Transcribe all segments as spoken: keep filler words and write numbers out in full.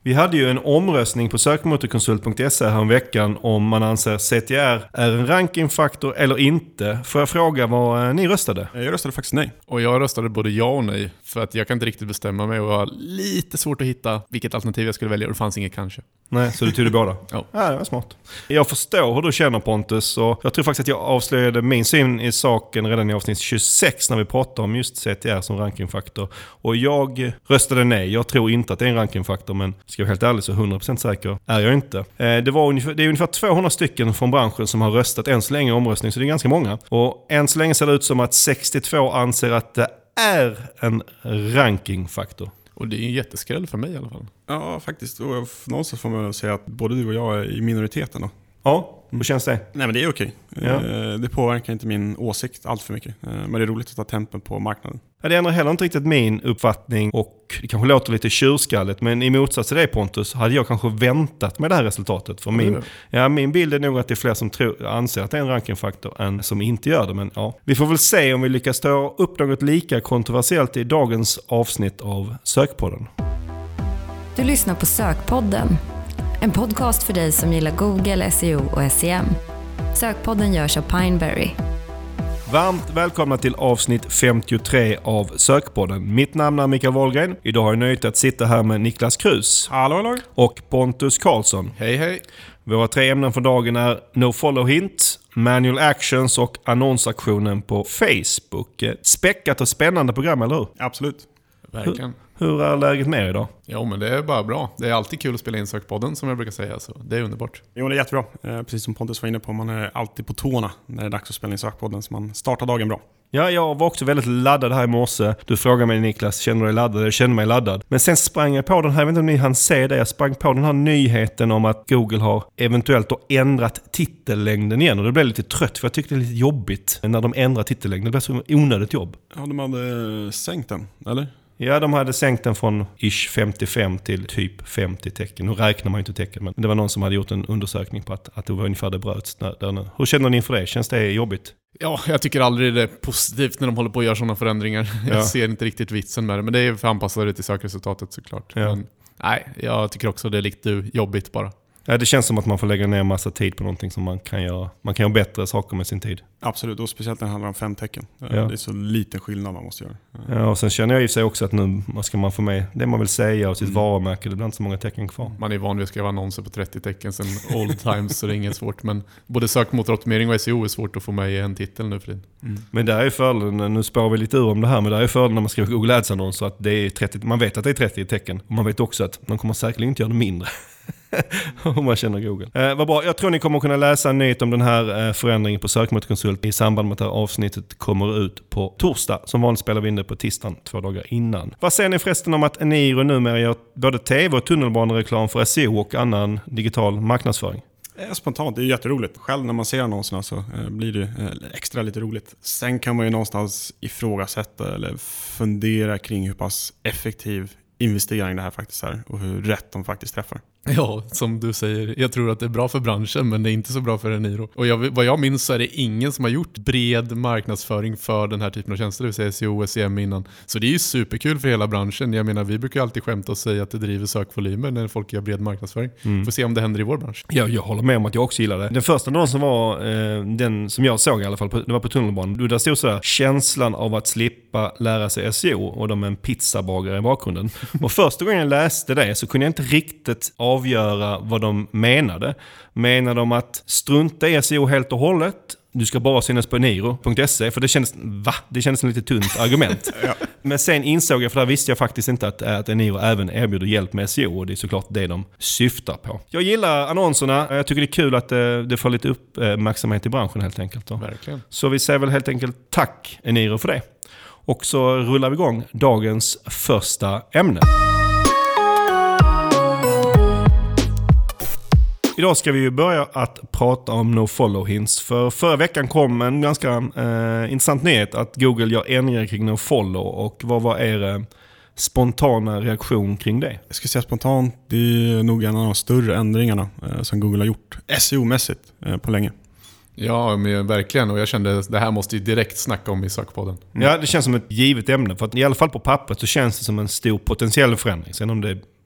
Vi hade ju en omröstning på sökmotorkonsult punkt se här en veckan om man anser C T R är en rankingfaktor eller inte. Får jag fråga vad ni röstade? Jag röstade faktiskt nej. Och jag röstade både ja och nej. För att jag kan inte riktigt bestämma mig och var lite svårt att hitta vilket alternativ jag skulle välja. Och det fanns inget kanske. Nej, så du tog det båda? Ja. Ja, det var smart. Jag förstår hur du känner, Pontus. Och jag tror faktiskt att jag avslöjade min syn i saken redan i avsnitt tjugosex när vi pratade om just C T R som rankingfaktor. Och jag röstade nej. Jag tror inte att det är en rankingfaktor, men ska jag vara helt ärlig så hundra procent säker är jag inte. Det, var ungefär, det är ungefär tvåhundra stycken från branschen som har röstat än så länge i omröstning, så det är ganska många. Och än så länge ser det ut som att sextiotvå anser att det är en rankingfaktor. Och det är en jätteskräll för mig i alla fall. Ja, faktiskt. Och någonstans får man väl säga att både du och jag är i minoriteten då. Ja, hur känns det? Nej, men det är okej. Ja. Det påverkar inte min åsikt allt för mycket. Men det är roligt att ta tempen på marknaden. Ja, det ändrar heller inte riktigt min uppfattning och det kanske låter lite tjurskalligt, men i motsats till dig, Pontus, hade jag kanske väntat med det här resultatet. För min, mm. ja, min bild är nog att det är fler som tror, anser att det är en rankingfaktor än som inte gör det. Men ja, vi får väl se om vi lyckas ta upp något lika kontroversiellt i dagens avsnitt av Sökpodden. Du lyssnar på Sökpodden. En podcast för dig som gillar Google, S E O och S E M. Sökpodden görs av Pineberry. Varmt välkomna till avsnitt femtiotre av Sökpodden. Mitt namn är Mikael Wahlgren. Idag har jag nöjt att sitta här med Niklas Krus. Hallå, hallå. Och Pontus Karlsson. Hej, hej. Våra tre ämnen för dagen är nofollow hint, manual actions och annonsaktionen på Facebook. Späckat och spännande program, eller hur? Absolut. Verkligen. Hur, hur är läget med er då? Jo, men det är bara bra. Det är alltid kul att spela in Sökpodden, som jag brukar säga. Så det är underbart. Jo, det är jättebra. Eh, precis som Pontus var inne på, man är alltid på tårna när det är dags att spela in Sökpodden. Så man startar dagen bra. Ja, jag var också väldigt laddad här i morse. Du frågade mig, Niklas, känner du dig laddad? Jag känner mig laddad. Men sen sprang jag på den här, jag vet inte om ni hann se det, jag sprang på den här nyheten om att Google har eventuellt då ändrat titellängden igen. Och det blev lite trött, för jag tyckte det är lite jobbigt när de ändrar titellängden. Det blev så onödigt jobb. Ja, de hade sänkt den, eller? Ja, de hade sänkt den från ish femtiofem till typ femtio tecken. Nu räknar man ju inte tecken, men det var någon som hade gjort en undersökning på att, att det var ungefär det bröts där, där nu. Hur känner ni inför det? Känns det jobbigt? Ja, jag tycker aldrig det är positivt när de håller på att göra sådana förändringar. Jag Ja. ser inte riktigt vitsen med det, men det är för anpassade till sökresultatet såklart. Ja. Men, nej, jag tycker också det är lite jobbigt bara. Ja, det känns som att man får lägga ner massa tid på någonting som man kan göra. Man kan göra bättre saker med sin tid. Absolut, och speciellt när det handlar om fem tecken. Ja. Det är så liten skillnad man måste göra. Ja, och sen känner jag i sig också att nu ska man få med det man vill säga och sitt Mm. varumärke. Det blir inte så många tecken kvar. Man är van vid att skriva annonser på trettio tecken sedan old times, så det är inget svårt. Men både sökmotoroptimering och S E O är svårt att få med i en titel nu för tiden. Mm. Men det är ju fördelen, nu spår vi lite ur om det här, men det är ju fördelen när man skriver Google Ads-annonser att det är trettio, man vet att det är trettio tecken. Och man vet också att man kommer säkerligen inte göra det mindre. Om man känner Google. Eh, vad bra. Jag tror ni kommer kunna läsa en nyhet om den här eh, förändringen på sökmotorkonsult i samband med att det här avsnittet kommer ut på torsdag. Som vanligt spelar vi in det på tisdagen två dagar innan. Vad säger ni förresten om att Eniro numera gör både tv och tunnelbanereklam för S E O och annan digital marknadsföring? Spontant, det är jätteroligt. Själv när man ser annonserna så eh, blir det eh, extra lite roligt. Sen kan man ju någonstans ifrågasätta eller fundera kring hur pass effektiv investering det här faktiskt är och hur rätt de faktiskt träffar. Ja, som du säger, jag tror att det är bra för branschen, men det är inte så bra för Eniro. Och jag, vad jag minns så är det ingen som har gjort bred marknadsföring för den här typen av tjänster, det vill säga S E O och S E M innan. Så det är ju superkul för hela branschen. Jag menar, vi brukar ju alltid skämta och säga att det driver sökvolymer när folk gör bred marknadsföring. Mm. Får se om det händer i vår bransch. Ja, jag håller med om att jag också gillar det. Den första någon som var, eh, den som jag såg i alla fall, på, det var på tunnelbanan. Där stod sådär, känslan av att slippa lära sig S E O och de med en pizzabagare i bakgrunden. Och första gången jag läste det så kunde jag inte riktigt avgöra vad de menade. Menade de att strunta i S E O helt och hållet? Du ska bara synas på eniro punkt se, för det kändes, va? Det kändes som ett lite tunt argument. Ja. Men sen insåg jag, för där visste jag faktiskt inte att, att Eniro även erbjuder hjälp med S E O, och det är såklart det de syftar på. Jag gillar annonserna. Jag tycker det är kul att det, det får lite uppmärksamhet i branschen helt enkelt. Då. Verkligen. Så vi säger väl helt enkelt tack Eniro för det. Och så rullar vi igång dagens första ämne. Idag ska vi ju börja att prata om nofollow hints. För förra veckan kom en ganska eh, intressant nyhet att Google gör ändringar kring nofollow. Och vad var er eh, spontana reaktion kring det? Jag ska säga spontant, det är nog en av de större ändringarna eh, som Google har gjort S E O-mässigt eh, på länge. Ja, men verkligen. Och jag kände att det här måste ju direkt snacka om i sökpodden. Mm. Ja, det känns som ett givet ämne. För att i alla fall på pappret så känns det som en stor potentiell förändring. Sen om det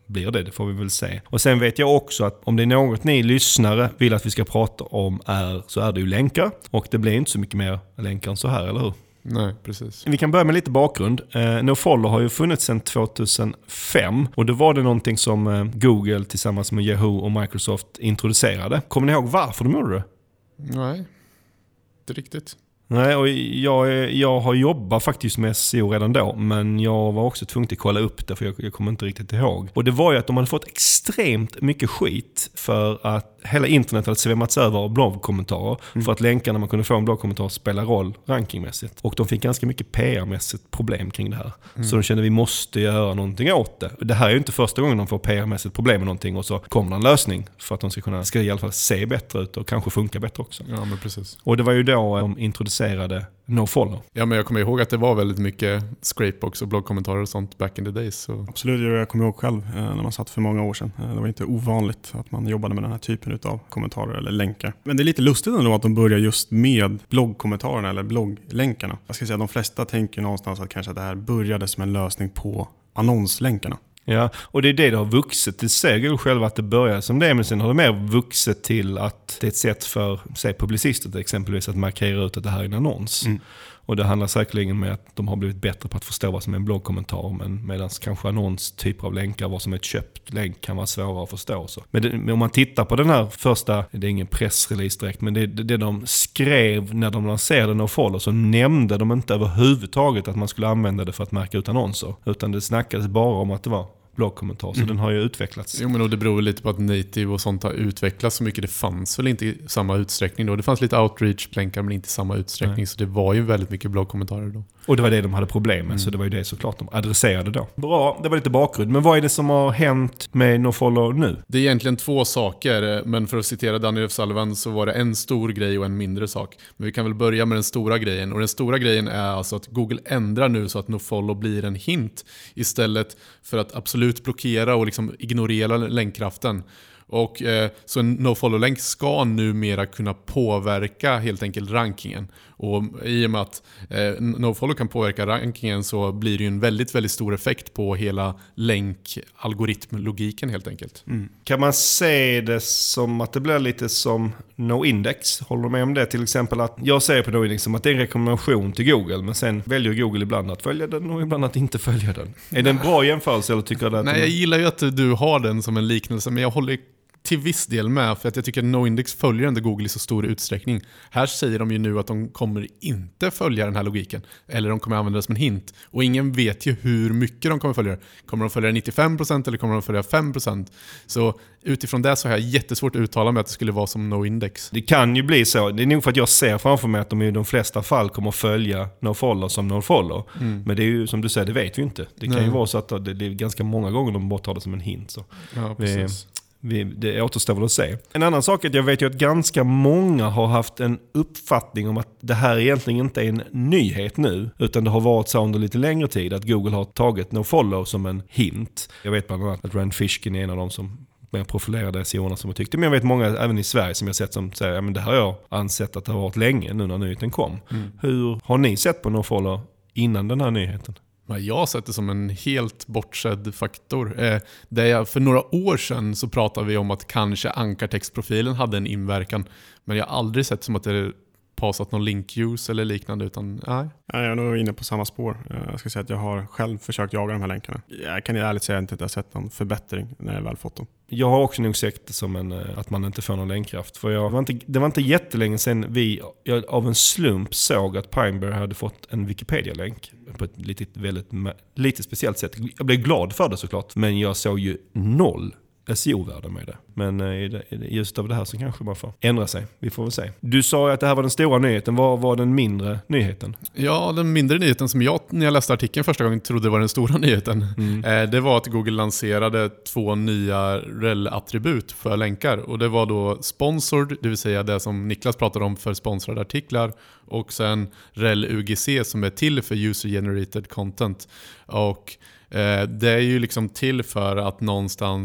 blir det, det får vi väl se. Och sen vet jag också att om det är något ni lyssnare vill att vi ska prata om är, så är det ju länkar. Och det blir inte så mycket mer länkar än så här, eller hur? Nej, precis. Vi kan börja med lite bakgrund. Eh, NoFollow har ju funnits sedan tvåtusenfem och då var det någonting som eh, Google tillsammans med Yahoo och Microsoft introducerade. Kommer ni ihåg varför de gjorde det? Nej, inte riktigt. Nej, och jag, jag har jobbat faktiskt med S E O redan då, men jag var också tvungen att kolla upp det för jag, jag kommer inte riktigt ihåg. Och det var ju att de hade fått extremt mycket skit för att hela internet hade svämmats över av bloggkommentarer mm. för att länkarna man kunde få en bloggkommentar spelar roll rankingmässigt. Och de fick ganska mycket P R-mässigt problem kring det här. Mm. Så de kände att vi måste göra någonting åt det. Det här är ju inte första gången de får P R-mässigt problem med någonting och så kommer det en lösning för att de ska kunna ska i alla fall se bättre ut och kanske funka bättre också. Ja, men precis. Och det var ju då de introducerade NoFollow. Ja, men jag kommer ihåg att det var väldigt mycket scrapebox och bloggkommentarer och sånt back in the days. Så. Absolut, jag kommer ihåg själv när man satt för många år sedan. Det var inte ovanligt att man jobbade med den här typen av kommentarer eller länkar. Men det är lite lustigt ändå att de börjar just med bloggkommentarerna eller blogglänkarna. Jag ska säga att de flesta tänker någonstans att kanske det här började som en lösning på annonslänkarna. Ja, och det är det det har vuxit. Det säger Google själva att det börjar som det, men sen har det mer vuxit till att det är ett sätt för, säg, publicister exempelvis att markera ut att det här är en annons. Mm. Och det handlar säkerligen med att de har blivit bättre på att förstå vad som är en bloggkommentar, men medan kanske annonstyper av länkar, vad som är ett köpt länk, kan vara svårare att förstå. Så. Men, det, men om man tittar på den här första, det är ingen pressrelease direkt, men det, det, det de skrev när de lanserade NoFollow, så nämnde de inte överhuvudtaget att man skulle använda det för att märka ut annonser, utan det snackades bara om att det var bloggkommentar, så mm. den har ju utvecklats. Jo, men och det beror lite på att native och sånt har utvecklats så mycket. Det fanns väl inte i samma utsträckning då. Det fanns lite outreach-länkar men inte i samma utsträckning. Nej. Så det var ju väldigt mycket bloggkommentarer då. Och det var det de hade problem med, mm. så det var ju det såklart de adresserade då. Bra, det var lite bakgrund. Men vad är det som har hänt med NoFollow nu? Det är egentligen två saker, men för att citera Daniel Sullivan så var det en stor grej och en mindre sak. Men vi kan väl börja med den stora grejen. Och den stora grejen är alltså att Google ändrar nu så att NoFollow blir en hint istället för att absolut blockera och liksom ignorera länkkraften. Och eh, så en NoFollow-länk ska numera kunna påverka helt enkelt rankingen. Och i och med att eh, NoFollow kan påverka rankingen så blir det ju en väldigt, väldigt stor effekt på hela länkalgoritmlogiken helt enkelt. Mm. Kan man se det som att det blir lite som NoIndex? Håller du med om det? Till exempel att jag säger på NoIndex som att det är en rekommendation till Google, men sen väljer Google ibland att följa den och ibland att inte följa den. Är det en bra jämförelse eller tycker du att... Nej, jag gillar ju att du har den som en liknelse, men jag håller till viss del med, för att jag tycker att NoIndex följer inte Google i så stor utsträckning. Här säger de ju nu att de kommer inte följa den här logiken, eller de kommer använda det som en hint. Och ingen vet ju hur mycket de kommer följa. Kommer de följa nittiofem procent eller kommer de följa fem procent? Så utifrån det så har jag jättesvårt att uttala mig att det skulle vara som NoIndex. Det kan ju bli så. Det är nog för att jag ser framför mig att de i de flesta fall kommer att följa NoFollow som NoFollow. Mm. Men det är ju som du säger, det vet vi inte. Det kan Nej. ju vara så att det, det är ganska många gånger de bara tar det som en hint. Så. Ja, precis. Vi, Det återstår väl att se. En annan sak är att jag vet ju att ganska många har haft en uppfattning om att det här egentligen inte är en nyhet nu, utan det har varit så under lite längre tid att Google har tagit NoFollow som en hint. Jag vet bland annat att Rand Fishkin är en av dem som mer profilerade S E O-erna som jag tyckte. Men jag vet många även i Sverige som jag sett som säger ja, men det här har jag ansett att det har varit länge nu när nyheten kom. Mm. Hur har ni sett på NoFollow innan den här nyheten? Jag har sett det som en helt bortsedd faktor. Eh, där jag, för några år sedan så pratade vi om att kanske ankartextprofilen hade en inverkan. Men jag har aldrig sett som att det passat någon link-use eller liknande, utan nej. Jag är nog inne på samma spår. Jag ska säga att jag har själv försökt jaga de här länkarna. Jag kan ärligt säga att jag inte har sett någon förbättring när jag väl fått dem. Jag har också nog sett det som en, att man inte får någon länkkraft. För jag, det, var inte, det var inte jättelänge sedan vi jag, av en slump såg att Pineberry hade fått en Wikipedia-länk på ett lite, väldigt, lite speciellt sätt. Jag blev glad för det såklart, men jag såg ju noll S E O-värden med det. Men just av det här så kanske man får ändra sig. Vi får väl se. Du sa ju att det här var den stora nyheten. Vad var den mindre nyheten? Ja, den mindre nyheten som jag när jag läste artikeln första gången trodde var den stora nyheten. Mm. Det var att Google lanserade två nya rel-attribut för länkar. Och det var då sponsored, det vill säga det som Niklas pratade om för sponsrade artiklar. Och sen rel-U G C som är till för user-generated content. Och eh, det är ju liksom till för att någonstans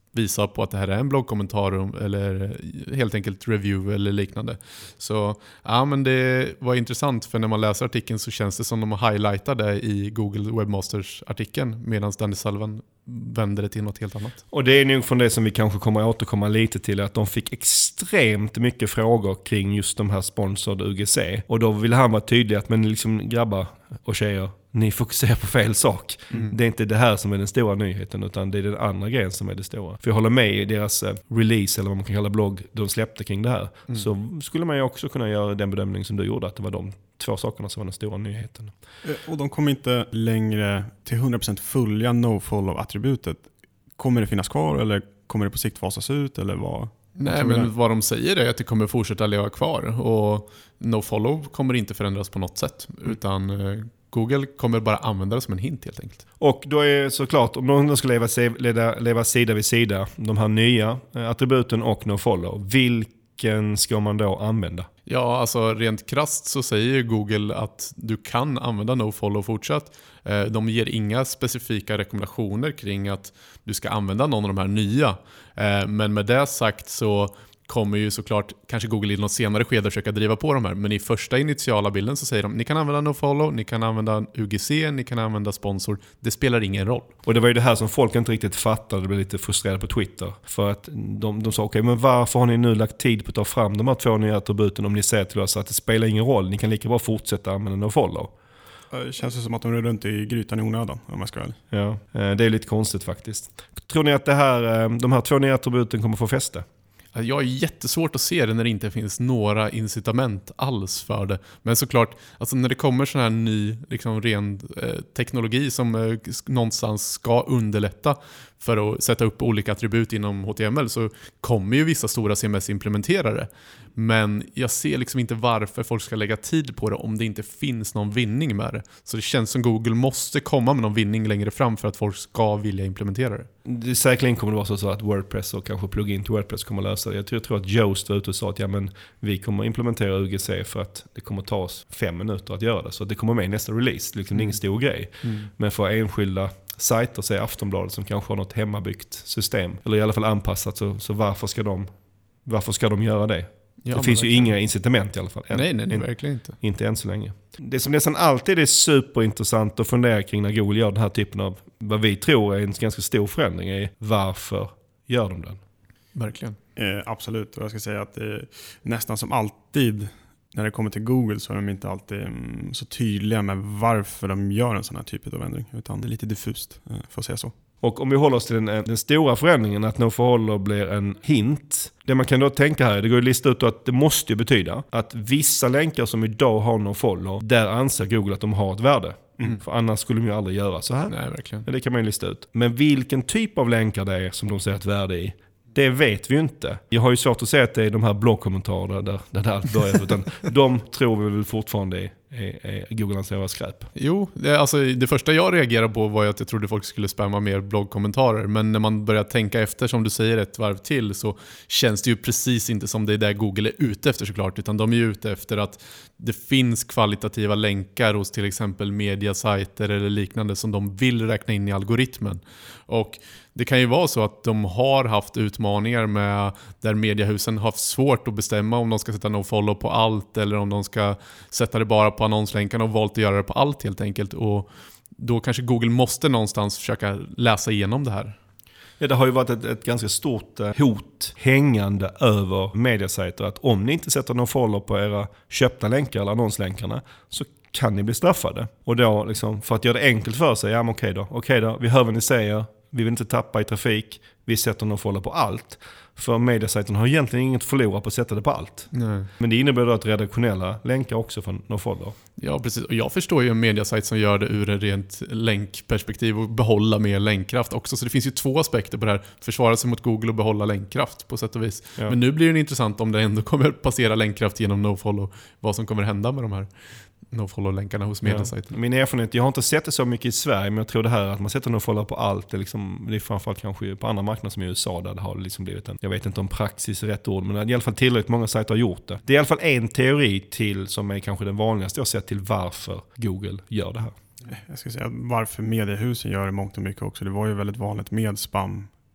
visa på att det här är en bloggkommentar eller helt enkelt review eller liknande. Så ja, men det var intressant, för när man läser artikeln så känns det som de har highlightat det i Google Webmasters-artikeln, medan Danny Sullivan vänder det till något helt annat. Och det är nog från det som vi kanske kommer att återkomma lite till, att de fick extremt mycket frågor kring just de här sponsrade U G C. Och då vill han vara tydlig att, men liksom grabbar och tjejer, ni fokuserar på fel sak. Mm. Det är inte det här som är den stora nyheten, utan det är den andra grejen som är det stora. För jag håller med i deras release, eller vad man kan kalla blogg, de släppte kring det här. Mm. Så skulle man ju också kunna göra den bedömning som du gjorde, att det var de två sakerna som var den stora nyheten. Och de kommer inte längre till hundra procent följa nofollow-attributet. Kommer det finnas kvar, eller kommer det på sikt fasas ut, eller vad? Nej, men vad de säger är att det kommer fortsätta leva kvar, och nofollow kommer inte förändras på något sätt, utan Google kommer bara använda det som en hint helt enkelt. Och då är såklart, om de ska leva, leva, leva sida vid sida, de här nya attributen och nofollow, vilken ska man då använda? Ja, alltså rent krasst så säger ju Google att du kan använda nofollow fortsatt. De ger inga specifika rekommendationer kring att du ska använda någon av de här nya. Men med det sagt så kommer ju såklart kanske Google i något senare skede försöka driva på de här. Men i första initiala bilden så säger de, ni kan använda nofollow, ni kan använda U G C, ni kan använda sponsor. Det spelar ingen roll. Och det var ju det här som folk inte riktigt fattade, blev lite frustrerade på Twitter. För att de, de sa, okej, okay, men varför har ni nu lagt tid på att ta fram de här två nya attributen om ni säger till oss att det spelar ingen roll, ni kan lika bra fortsätta använda nofollow. Det känns som att de är runt i grytan i onödan, om man ska väl. Ja, det är lite konstigt faktiskt. Tror ni att det här, de här två nya attributen kommer få fäste? Jag har jättesvårt att se det när det inte finns några incitament alls för det. Men såklart, alltså när det kommer sån här ny liksom ren eh, teknologi som eh, någonstans ska underlätta för att sätta upp olika attribut inom H T M L, så kommer ju vissa stora C M S implementera det. Men jag ser liksom inte varför folk ska lägga tid på det om det inte finns någon vinning med det. Så det känns som Google måste komma med någon vinning längre fram för att folk ska vilja implementera det. Det säkerligen kommer det vara så att WordPress och kanske plugin till WordPress kommer lösa det. Jag tror, jag tror att Yoast var ute och sa att ja, men vi kommer implementera U G C för att det kommer ta oss fem minuter att göra det. Så det kommer med i nästa release. Det är liksom mm. ingen stor grej. Mm. Men för enskilda sajter, säger Aftonbladet, som kanske har något hemmabyggt system, eller i alla fall anpassat, så, så varför ska de varför ska de göra det? Ja, det finns ju inga incitament i alla fall. Än. Nej, nej, nej, verkligen inte. Inte än så länge. Det som nästan alltid är superintressant att fundera kring när Google gör den här typen av, vad vi tror är en ganska stor förändring, är varför gör de den? Verkligen. Eh, absolut, och jag ska säga att det är nästan som alltid när det kommer till Google så är de inte alltid mm, så tydliga med varför de gör en sån här typ av ändring, utan det är lite diffust, eh, för att säga så. Och om vi håller oss till den, den stora förändringen, att nofollow blir en hint. Det man kan då tänka här, det går att lista ut att det måste ju betyda att vissa länkar som idag har nofollow, där anser Google att de har ett värde. Mm. För annars skulle de ju aldrig göra så här. Nej, verkligen. Det kan man ju lista ut. Men vilken typ av länkar det är som de ser ett värde i, det vet vi ju inte. Jag har ju svårt att säga att det är de här bloggkommentarerna där, där det allt börjar. Utan de tror vi väl fortfarande är, är, är Google anser skräp. Jo, det, alltså, det första jag reagerade på var att jag trodde folk skulle spamma mer bloggkommentarer. Men när man börjar tänka efter, som du säger, ett varv till, så känns det ju precis inte som det är där Google är ute efter såklart. Utan de är ute efter att det finns kvalitativa länkar hos till exempel mediasajter eller liknande som de vill räkna in i algoritmen. Och det kan ju vara så att de har haft utmaningar med där mediehusen har haft svårt att bestämma om de ska sätta nofollow på allt eller om de ska sätta det bara på annonslänkarna, och valt att göra det på allt helt enkelt. Och då kanske Google måste någonstans försöka läsa igenom det här. Ja, det har ju varit ett, ett ganska stort hot hängande över mediasajter att om ni inte sätter nofollow på era köpta länkar eller annonslänkarna så kan ni bli straffade. Och då liksom, för att göra det enkelt för sig, ja men okej då, okej då, vi hör vad ni säger, vi vill inte tappa i trafik, vi sätter nofollow på allt. För mediasajten har egentligen inget att förlora på att sätta det på allt. Nej. Men det innebär då att redaktionella länkar också från nofollow. Ja, precis. Och jag förstår ju en mediasajt som gör det ur ett rent länkperspektiv och behålla mer länkkraft också. Så det finns ju två aspekter på det här. Försvara sig mot Google och behålla länkkraft på sätt och vis. Ja. Men nu blir det intressant om det ändå kommer passera länkkraft genom nofollow. Vad som kommer hända med de här nofollow-länkarna hos mediasajten. Ja. Min erfarenhet, jag har inte sett det så mycket i Sverige, men jag tror det här att man sätter nofollow på allt, det är, liksom, det är framförallt kanske på andra marknader som i U S A där det har liksom blivit en, jag vet inte om praxis är rätt ord, men i alla fall tillräckligt många sajter har gjort det. Det är i alla fall en teori till som är kanske den vanligaste jag har sett till varför Google gör det här. Jag ska säga varför mediehusen gör det mångt och mycket också. Det var ju väldigt vanligt med spam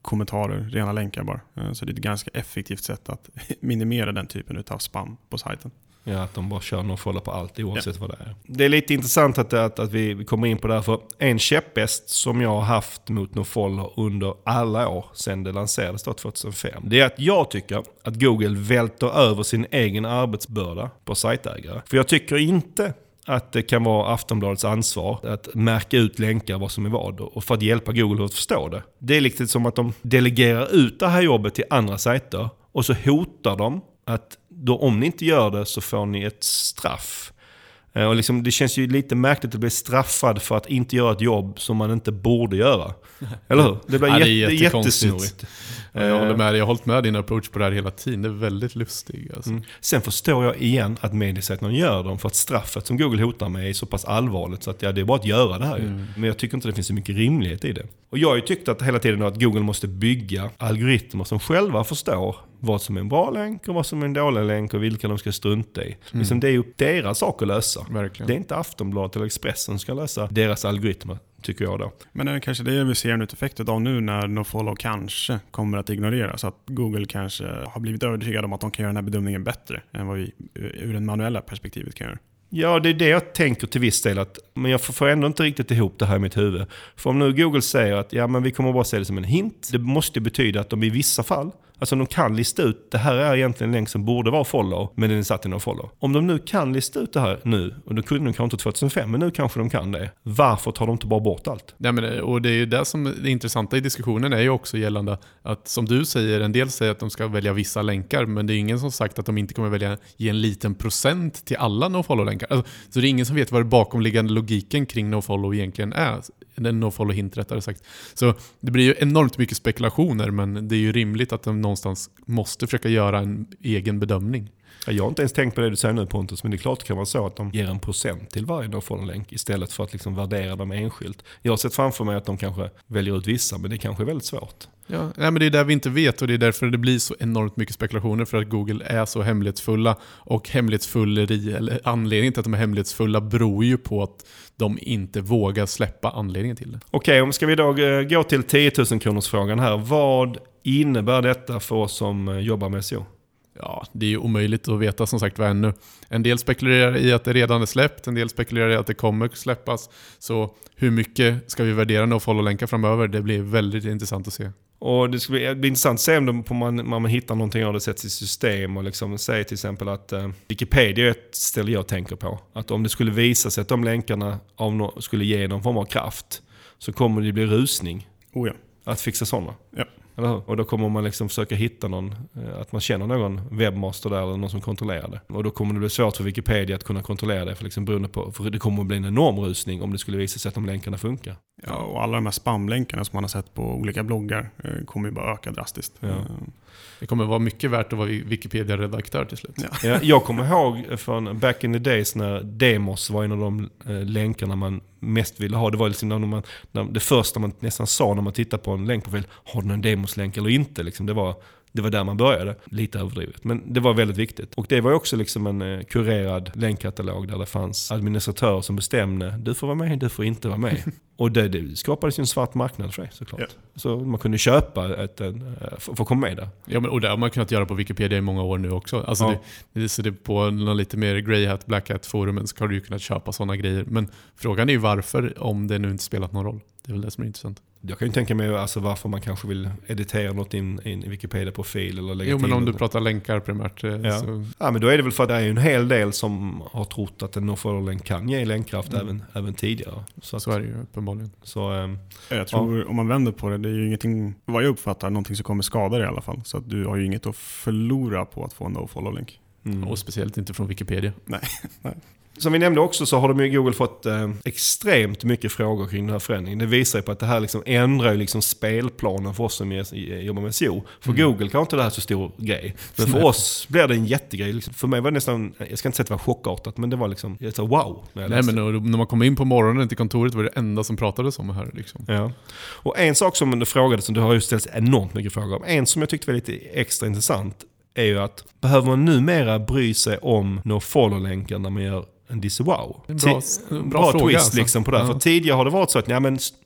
kommentarer, rena länkar bara. Så det är ett ganska effektivt sätt att minimera den typen av spam på sajten. Ja, att de bara kör nofollow på allt oavsett ja. vad det är. Det är lite intressant att, att, att vi kommer in på det här, för en käpphäst som jag har haft mot nofollow under alla år sedan det lanserades då tjugohundrafem. Det är att jag tycker att Google välter över sin egen arbetsbörda på sajtägare. För jag tycker inte att det kan vara Aftonbladets ansvar att märka ut länkar vad som är vad och för att hjälpa Google att förstå det. Det är lite som att de delegerar ut det här jobbet till andra sajter och så hotar de att då, om ni inte gör det så får ni ett straff. Och liksom, det känns ju lite märkligt att bli straffad för att inte göra ett jobb som man inte borde göra. Eller hur? Det blir ja, det jätte, är jättesnurrigt. Ja, jag håller med. Jag har hållit med din approach på det här hela tiden. Det är väldigt lustigt. Alltså. Mm. Sen förstår jag igen att mediesajterna gör dem för att straffet som Google hotar med är så pass allvarligt så att ja, det är bara att göra det här. Mm. Men jag tycker inte det finns så mycket rimlighet i det. Och jag har ju tyckt att hela tiden att Google måste bygga algoritmer som själva förstår vad som är en bra länk och vad som är en dålig länk och vilka de ska strunta i. Mm. Liksom det är ju deras sak att lösa. Verkligen. Det är inte Aftonbladet eller Expressen som ska lösa deras algoritmer, tycker jag då. Men är det kanske det vi ser en effektet av nu när nofollow kanske kommer att ignoreras? Så att Google kanske har blivit övertygad om att de kan göra den här bedömningen bättre än vad vi ur en manuella perspektivet kan göra. Ja, det är det jag tänker till viss del. Att, men jag får ändå inte riktigt ihop det här i mitt huvud. För om nu Google säger att ja, men vi kommer bara se det som en hint. Det måste betyda att de i vissa fall, alltså de kan lista ut, det här är egentligen en länk som borde vara follow, men den är satt i nofollow. Om de nu kan lista ut det här nu, och då kunde de kanske inte tjugohundrafem, men nu kanske de kan det. Varför tar de inte bara bort allt? Ja, men, och det är ju det som är intressanta i diskussionen är ju också gällande att, som du säger, en del säger att de ska välja vissa länkar, men det är ingen som sagt att de inte kommer välja ge en liten procent till alla nofollow-länkar. Alltså, så det är ingen som vet vad det bakomliggande logiken kring nofollow egentligen är. En nofollow-hint rättare sagt. Så det blir ju enormt mycket spekulationer, men det är ju rimligt att de någonstans måste försöka göra en egen bedömning. Jag har inte ens tänkt på det du säger nu, Pontus, men det är klart det kan vara så att de ger en procent till varje nofollow-länk istället för att liksom värdera dem enskilt. Jag har sett framför mig att de kanske väljer ut vissa, men det kanske är väldigt svårt. Ja, nej, men det är där vi inte vet, och det är därför det blir så enormt mycket spekulationer, för att Google är så hemlighetsfulla, och hemlighetsfulleri, eller anledningen till att de är hemlighetsfulla beror ju på att de inte vågar släppa anledningen till det. Okej, om ska vi då gå till tio tusen kronors frågan här. Vad innebär detta för oss som jobbar med S E O? Ja, det är ju omöjligt att veta som sagt vad ännu. En del spekulerar i att det redan är släppt, en del spekulerar i att det kommer släppas. Så hur mycket ska vi värdera nofollow-länkar framöver? Det blir väldigt intressant att se. Och det ska bli, bli intressant att se om man, man hittar någonting av det sätts i system och liksom säger till exempel att eh, Wikipedia är ett ställe jag tänker på. Att om det skulle visa sig att de länkarna av no, skulle ge någon form av kraft, så kommer det bli rusning. Oh ja. Att fixa sådana. Ja. Eller hur? Och då kommer man liksom försöka hitta någon, att man känner någon webbmaster där eller någon som kontrollerar det. Och då kommer det bli svårt för Wikipedia att kunna kontrollera det, för, liksom beroende på, för det kommer att bli en enorm rusning om det skulle visa sig att de länkarna funkar. Ja, och alla de här spamlänkarna som man har sett på olika bloggar kommer ju bara öka drastiskt. Ja. Det kommer vara mycket värt att vara Wikipedia-redaktör till slut. Ja. Ja, jag kommer ihåg från back in the days när Demos var en av de eh, länkarna man mest ville ha. Det var liksom när man, när det första man nästan sa när man tittade på en länkprofil, har du en Demos-länk eller inte? Liksom, det var... Det var där man började, lite överdrivet. Men det var väldigt viktigt. Och det var också liksom en eh, kurerad länkkatalog där det fanns administratörer som bestämde, du får vara med, du får inte vara med. Och det, det skapades ju en svart marknad för det, såklart. Ja. Så man kunde köpa ett, en, för att komma med där. Ja, men, och det har man kunnat göra på Wikipedia i många år nu också. Alltså ja. det, det, så det på någon lite mer grey hat, black hat forumen så har du ju kunnat köpa sådana grejer. Men frågan är ju varför, om det nu inte spelat någon roll. Det är väl det som är intressant. Jag kan ju tänka mig alltså varför man kanske vill editera något in, in i Wikipedia-profil eller lägga jo, till. Jo, men om det. Du pratar länkar primärt. Ja. Så... ja, men då är det väl för att det är en hel del som har trott att en nofollow-länk kan ge länkkraft mm. även, även tidigare. Så, att, så är det ju uppenbarligen. Så, ähm, jag tror ja. Om man vänder på det, det är ju ingenting, vad jag uppfattar, någonting som kommer skada dig i alla fall. Så att du har ju inget att förlora på att få en nofollow-länk. Mm. Och speciellt inte från Wikipedia. Nej, nej. Som vi nämnde också så har de i Google fått eh, extremt mycket frågor kring den här förändringen. Det visar ju på att det här liksom ändrar liksom spelplanen för oss som är, jobbar med S E O. För mm. Google kan inte det här så stor grej. Men för oss blir det en jättegrej. Liksom. För mig var det nästan, jag ska inte säga att det var chockartat, men det var liksom, jag sa wow. När, Nej, men när man kom in på morgonen till kontoret var det enda som pratades om här. Liksom. Ja. Och en sak som du frågade, som du har ju ställt enormt mycket frågor om, en som jag tyckte var lite extra intressant är ju att behöver man numera bry sig om nofollow-länkar när man gör en disavow? En bra, T- bra, bra fråga, twist alltså. liksom på det. Ja. För tidigare har det varit så att ja, men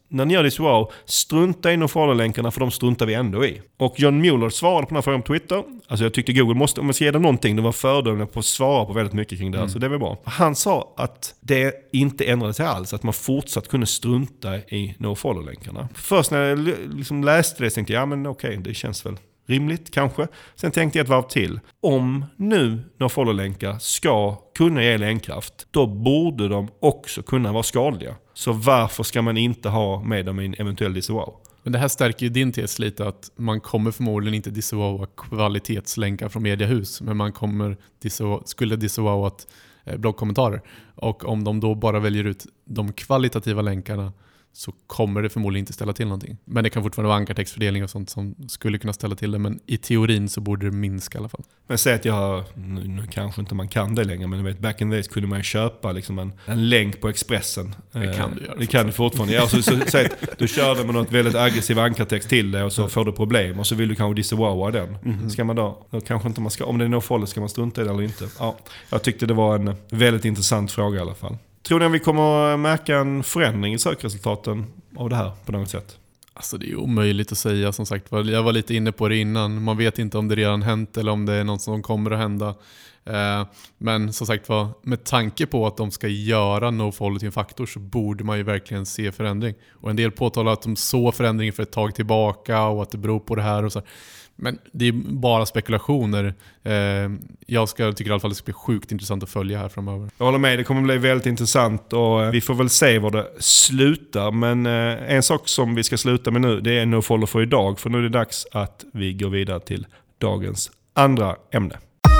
när ni gör disavow, strunta i nofollow-länkarna för de struntar vi ändå i. Och John Mueller svarade på den här frågan på Twitter. Alltså jag tyckte Google måste, om man ska ge dem någonting, de var fördömliga på att svara på väldigt mycket kring det här, mm. så det var bra. Han sa att det inte ändrade sig alls, att man fortsatt kunde strunta i nofollow-länkarna. Först när jag liksom läste det tänkte jag, ja men okej, okay, det känns väl rimligt kanske. Sen tänkte jag ett varv till. Om nu nofollow-länkar ska kunna ge länkkraft, då borde de också kunna vara skadliga. Så varför ska man inte ha med dem i en eventuell disavow? Men det här stärker ju din tes lite, att man kommer förmodligen inte disavowa kvalitetslänkar från mediehus, men man kommer disavow, skulle disavowa eh, bloggkommentarer. Och om de då bara väljer ut de kvalitativa länkarna, så kommer det förmodligen inte ställa till någonting. Men det kan fortfarande vara ankartextfördelning och sånt som skulle kunna ställa till det. Men i teorin så borde det minska i alla fall. Men säg att jag, nu, nu kanske inte man kan det längre, men vet, back in the days kunde man ju köpa liksom en, en länk på Expressen. Det kan du göra. Det kan du fortfarande. Ja, så, så, så, att du kör det med något väldigt aggressiv ankartext till det och så får du problem och så vill du kanske disavowa den. Mm-hmm. Ska man då, då kanske inte man ska, om det är nofollow ska man strunta i det eller inte. Ja, jag tyckte det var en väldigt intressant fråga i alla fall. Tror ni att vi kommer att märka en förändring i sökresultaten av det här på något sätt? Alltså det är omöjligt att säga, som sagt. Jag var lite inne på det innan. Man vet inte om det redan hänt eller om det är något som kommer att hända. Men som sagt var, med tanke på att de ska göra nofollow till en faktor, så borde man ju verkligen se förändring. Och en del påtalar att de såg förändring för ett tag tillbaka och att det beror på det här och så. Men det är bara spekulationer. Jag ska, tycker i alla fall att det ska bli sjukt intressant att följa här framöver. Jag håller med, det kommer bli väldigt intressant och vi får väl se var det slutar. Men en sak som vi ska sluta med nu, det är nofollow för idag. För nu är det dags att vi går vidare till dagens andra ämne.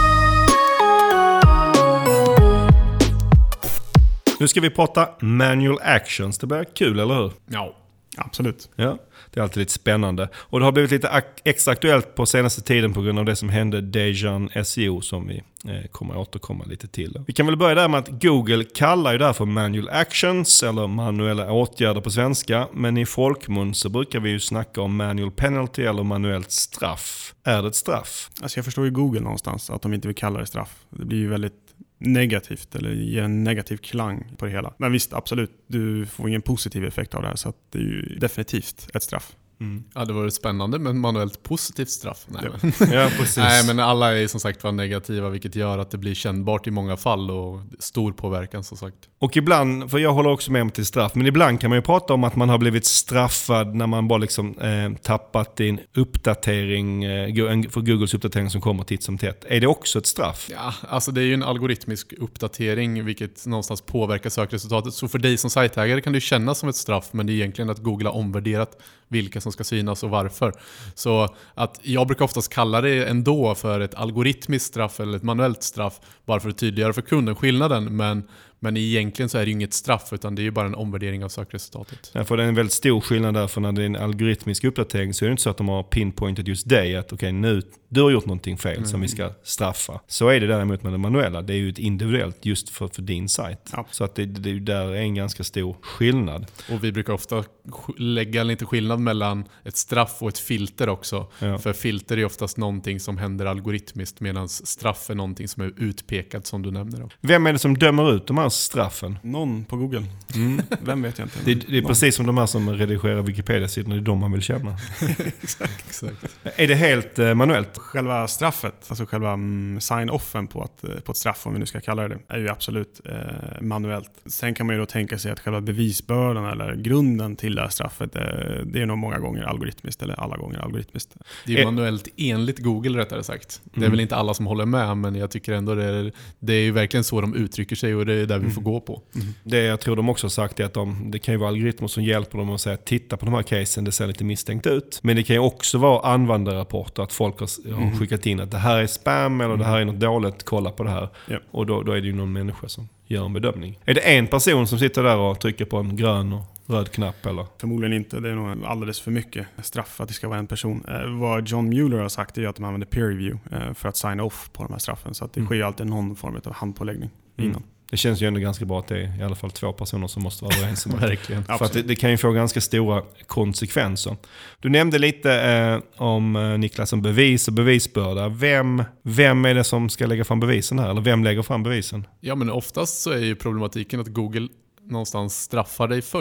Nu ska vi prata manual actions. Det blir kul, eller hur? Ja, absolut. Ja, det är alltid lite spännande. Och det har blivit lite ak- extra aktuellt på senaste tiden på grund av det som hände Dejan S E O som vi eh, kommer att återkomma lite till. Vi kan väl börja där med att Google kallar ju det här för manual actions eller manuella åtgärder på svenska. Men i folkmun så brukar vi ju snacka om manual penalty eller manuellt straff. Är det ett straff? Alltså jag förstår ju Google någonstans att de inte vill kalla det straff. Det blir ju väldigt negativt eller ger en negativ klang på det hela. Men visst, absolut, du får ingen positiv effekt av det här, så att det är ju definitivt ett straff. Mm. Ja, det var spännande med manuellt positivt straff. Nej, ja. Men. Ja, precis. Nej, men alla är som sagt var negativa, vilket gör att det blir kännbart i många fall och stor påverkan som sagt. Och ibland, för jag håller också med om till straff, men ibland kan man ju prata om att man har blivit straffad när man bara liksom eh, tappat i en uppdatering, eh, för Googles uppdatering som kommer titt som tätt. Är det också ett straff? Ja, alltså det är ju en algoritmisk uppdatering, vilket någonstans påverkar sökresultatet. Så för dig som sajtägare kan det kännas som ett straff, men det är egentligen att Google har omvärderat vilka som ska synas och varför. Så att jag brukar oftast kalla det ändå för ett algoritmiskt straff eller ett manuellt straff, bara för att tydliggöra för kunden skillnaden, men Men egentligen så är det ju inget straff, utan det är ju bara en omvärdering av sökresultatet. Ja, för det är en väldigt stor skillnad där, för när det är en algoritmisk uppdatering så är det inte så att de har pinpointed just dig att okej, okay, nu du har gjort någonting fel mm. som vi ska straffa. Så är det däremot med det manuella. Det är ju ett individuellt just för, för din sajt. Ja. Så att det, det där är en ganska stor skillnad. Och vi brukar ofta lägga lite skillnad mellan ett straff och ett filter också. Ja. För filter är oftast någonting som händer algoritmiskt, medan straff är någonting som är utpekat, som du nämner. Då. Vem är det som dömer ut de här straffen? Någon på Google. Mm. Vem vet jag inte. Det, det är Någon. Precis som de här som redigerar Wikipedia-sidorna, det är de man vill känna. Exakt. Exakt. Är det helt eh, manuellt? Själva straffet, alltså själva mm, sign-offen på, att, på ett straff, om vi nu ska kalla det, är ju absolut eh, manuellt. Sen kan man ju då tänka sig att själva bevisbördan eller grunden till det här straffet, eh, det är nog många gånger algoritmiskt, eller alla gånger algoritmiskt. Det är ju manuellt enligt Google, rättare sagt. Det är mm. väl inte alla som håller med, men jag tycker ändå det är, det är ju verkligen så de uttrycker sig, och det är där vi får gå på. Mm. Det jag tror de också har sagt är att de, det kan ju vara algoritmer som hjälper dem att säga, titta på de här casen, det ser lite misstänkt ut. Men det kan ju också vara användarrapporter, att folk har, mm. har skickat in att det här är spam eller mm. det här är något dåligt, kolla på det här. Yep. Och då, då är det ju någon människa som gör en bedömning. Är det en person som sitter där och trycker på en grön och röd knapp eller? Förmodligen inte, det är nog alldeles för mycket straff att det ska vara en person. Eh, vad John Mueller har sagt är att de använder peer review eh, för att signa off på de här straffen. Så att det mm. sker alltid någon form av handpåläggning innan. Mm. Det känns ju ändå ganska bra att det är i alla fall två personer som måste vara överens om det. Verkligen. För att det, det kan ju få ganska stora konsekvenser. Du nämnde lite eh, om eh, Niklas som bevis och bevisbörda. Vem, vem är det som ska lägga fram bevisen här? Eller vem lägger fram bevisen? Ja, men oftast så är ju problematiken att Google någonstans straffar dig först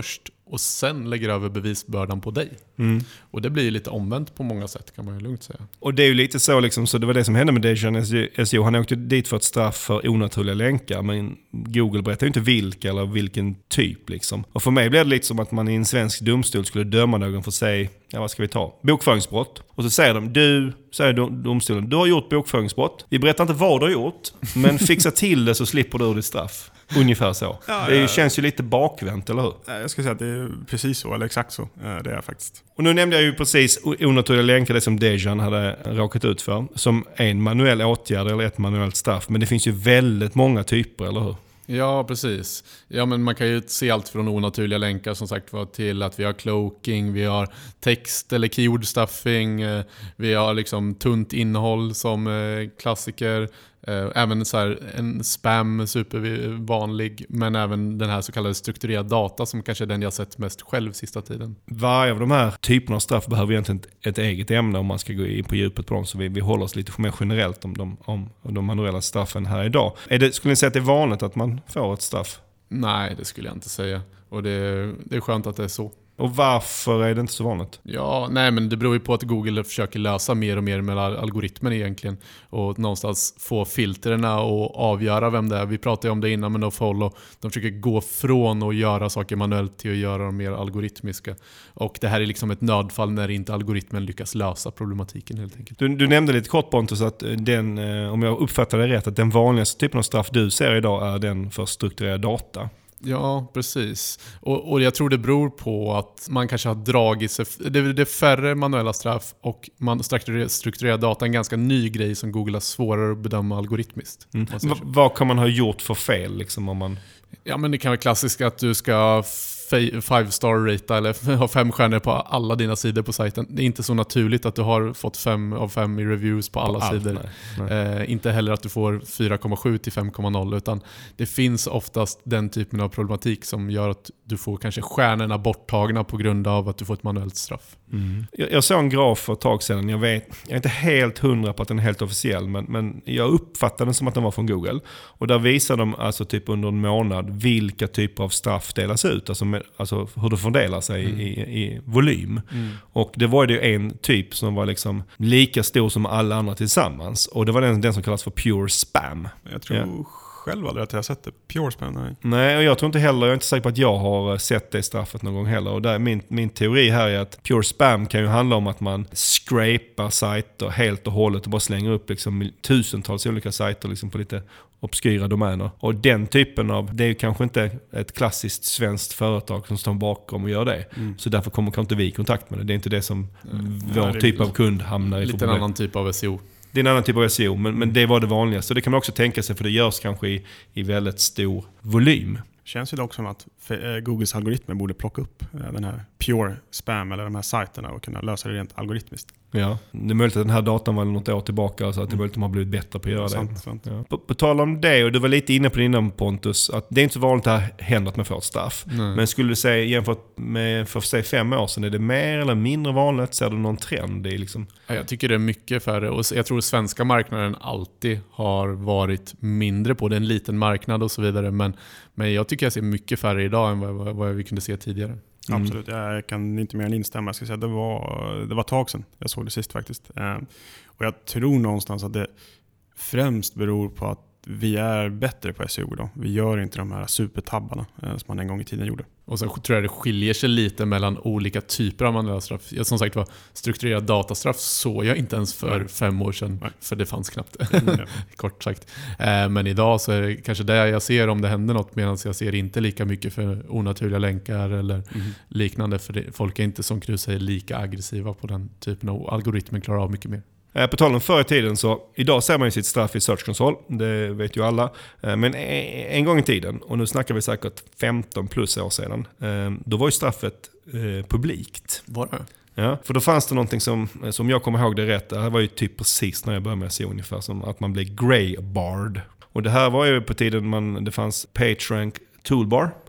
och sen lägger över bevisbördan på dig. Mm. Och det blir lite omvänt på många sätt, kan man ju lugnt säga. Och det är ju lite så liksom, så det var det som hände med Dejan S E O. Han åkte dit för ett straff för onaturliga länkar, men Google berättar ju inte vilka eller vilken typ liksom. Och för mig blev det lite som att man i en svensk domstol skulle döma någon för sig, ja vad ska vi ta? Bokföringsbrott. Och så säger de, du, säger domstolen, du har gjort bokföringsbrott. Vi berättar inte vad du har gjort, men fixa till det så slipper du ditt straff. Ungefär så. Ja, det ja. Känns ju lite bakvänt, eller hur? Jag ska säga att det är precis så, eller exakt så. Det är faktiskt. Och nu nämnde jag ju precis onaturliga länkar, det som Dejan hade råkat ut för. Som en manuell åtgärd eller ett manuellt straff. Men det finns ju väldigt många typer, eller hur? Ja, precis. Ja, men man kan ju se allt från onaturliga länkar som sagt var till att vi har cloaking, vi har text eller keyword stuffing, vi har liksom tunt innehåll som klassiker. Även så här, en spam supervanlig, men även den här så kallade strukturerad data som kanske är den jag sett mest själv sista tiden. Varje av de här typerna av straff behöver egentligen ett eget ämne om man ska gå in på djupet på dem, så vi, vi håller oss lite mer generellt om de, om de manuella straffen här idag. Är det, skulle ni säga att det är vanligt att man får ett straff? Nej, det skulle jag inte säga. Och det, det är skönt att det är så. Och varför är det inte så vanligt? Ja, nej men det beror ju på att Google försöker lösa mer och mer med algoritmen egentligen. Och någonstans få filterna och avgöra vem det är. Vi pratade ju om det innan med nofollow. De försöker gå från att göra saker manuellt till att göra dem mer algoritmiska. Och det här är liksom ett nödfall när inte algoritmen lyckas lösa problematiken helt enkelt. Du, du nämnde lite kort Pontus att den, om jag uppfattar det rätt, att den vanligaste typen av straff du ser idag är den för strukturerad data. Ja, precis. Och, och jag tror det beror på att man kanske har dragit sig... Det, det är färre manuella straff och man strukturerar, strukturerar data, en ganska ny grej som Google har svårare att bedöma algoritmiskt. Mm. V- vad kan man ha gjort för fel liksom, om man... Ja, men det kan vara klassiskt att du ska five star rata eller ha fem stjärnor på alla dina sidor på sajten. Det är inte så naturligt att du har fått fem av fem i reviews på alla på allt, sidor. Nej, nej. Eh, inte heller att du får fyra komma sju till fem komma noll, utan det finns oftast den typen av problematik som gör att du får kanske stjärnorna borttagna på grund av att du får ett manuellt straff. Mm. Jag, jag såg en graf för ett tag sedan. Jag, vet, jag är inte helt hundra på att den är helt officiell, men, men jag uppfattade den som att den var från Google. Och där visar de alltså typ under en månad vilka typer av straff delas ut. Alltså, med, alltså hur det fördelar sig mm. i, i volym. Mm. Och det var ju en typ som var liksom lika stor som alla andra tillsammans. Och det var den, den som kallas för pure spam. Jag tror... Ja. Själv aldrig att jag har sett det. Pure spam, nej. Nej, och jag tror inte heller, jag är inte säker på att jag har sett det straffet någon gång heller. Och där, min, min teori här är att pure spam kan ju handla om att man scrapar sajter helt och hållet och bara slänger upp liksom tusentals olika sajter liksom på lite obskyra domäner. Och den typen av, det är ju kanske inte ett klassiskt svenskt företag som står bakom och gör det. Mm. Så därför kommer kanske inte vi i kontakt med det. Det är inte det som mm. vår ja, typ av kund hamnar i. Lite en annan typ av S E O. Det är en annan typ av S E O, men, men det var det vanligaste. Så det kan man också tänka sig, för det görs kanske i, i väldigt stor volym. Känns ju dock som att Googles algoritmer borde plocka upp den här pure spam eller de här sajterna och kunna lösa det rent algoritmiskt. Ja, det är möjligt att den här datan var något år tillbaka, så att det är möjligt att de har blivit bättre på att göra sant, det. Sant. Ja. På, på tal om det, och du var lite inne på det innan Pontus, att det är inte så vanligt att det händer att man får ett straff. Nej. Men skulle du säga, jämfört med för sig fem år sedan, är det mer eller mindre vanligt? Ser du någon trend i liksom? Ja, jag tycker det är mycket färre, och jag tror att svenska marknaden alltid har varit mindre på det, en liten marknad och så vidare, men, men jag tycker jag ser mycket färre idag än vad, vad vi kunde se tidigare. Mm. Absolut, jag kan inte mer än instämma. Jag ska säga, det var, det var ett tag sedan jag såg det sist faktiskt. Och jag tror någonstans att det främst beror på att vi är bättre på S E O då. Vi gör inte de här supertabbarna som man en gång i tiden gjorde. Och sen tror jag det skiljer sig lite mellan olika typer av manuella straff. Jag, som sagt var, strukturerad datastraff såg jag inte ens för Nej. fem år sedan. Nej. För det fanns knappt, mm. kort sagt. Eh, men idag så är det kanske det jag ser om det händer något, medan jag ser inte lika mycket för onaturliga länkar eller mm. liknande. För det, folk är inte, som Krus säger, lika aggressiva på den typen av algoritmen, klarar av mycket mer. På tal om förr i tiden, så idag ser man ju sitt straff i Search Console, det vet ju alla. Men en gång i tiden, och nu snackar vi säkert femton plus år sedan, då var ju straffet publikt. Var det? Ja, för då fanns det någonting som, som jag kommer ihåg det rätt, det här var ju typ precis när jag började med S E O ungefär, som att man blev grey barred. Och det här var ju på tiden man, det fanns PageRank Toolbar.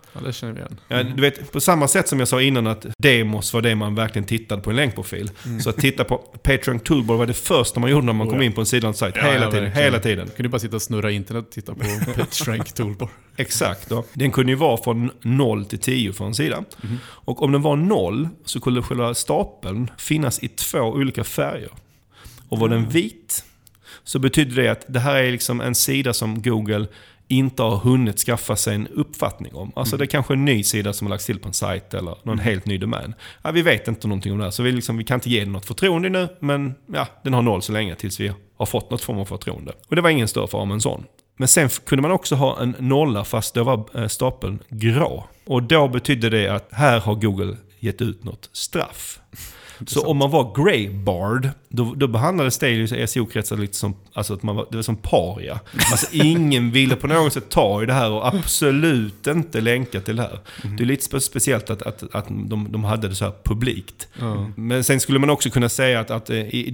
Ja, det känner vi igen. Ja, du vet, på samma sätt som jag sa innan att demos var det man verkligen tittade på en länkprofil. Mm. Så att titta på PageRank Toolbar var det första man gjorde när man oh, kom in på en sidan sajt. Ja, hela ja, tiden, verkligen. hela tiden. Kan du bara sitta och snurra internet och titta på PageRank Toolbar? Exakt. Då. Den kunde ju vara från noll till tio för en sida. Mm. Och om den var noll så kunde själva stapeln finnas i två olika färger. Och var den vit så betyder det att det här är liksom en sida som Google inte har hunnit skaffa sig en uppfattning om. Alltså mm. det är kanske en ny sida som har lagts till på en sajt eller någon mm. helt ny domän. Ja, vi vet inte någonting om det här, så vi, liksom, vi kan inte ge den något förtroende nu, men ja, den har noll så länge tills vi har fått något form av förtroende. Och det var ingen större fara med en sån. Men sen kunde man också ha en nolla fast då var stapeln grå. Och då betydde det att här har Google gett ut något straff. Så om man var greybarred, då, då behandlades det i S E O-kretsar lite som, alltså att man var, det var som paria. Alltså ingen ville på något sätt ta i det här och absolut inte länka till det här. Mm. Det är lite spe- speciellt att, att, att de, de hade det så här publikt. Mm. Men sen skulle man också kunna säga att, att i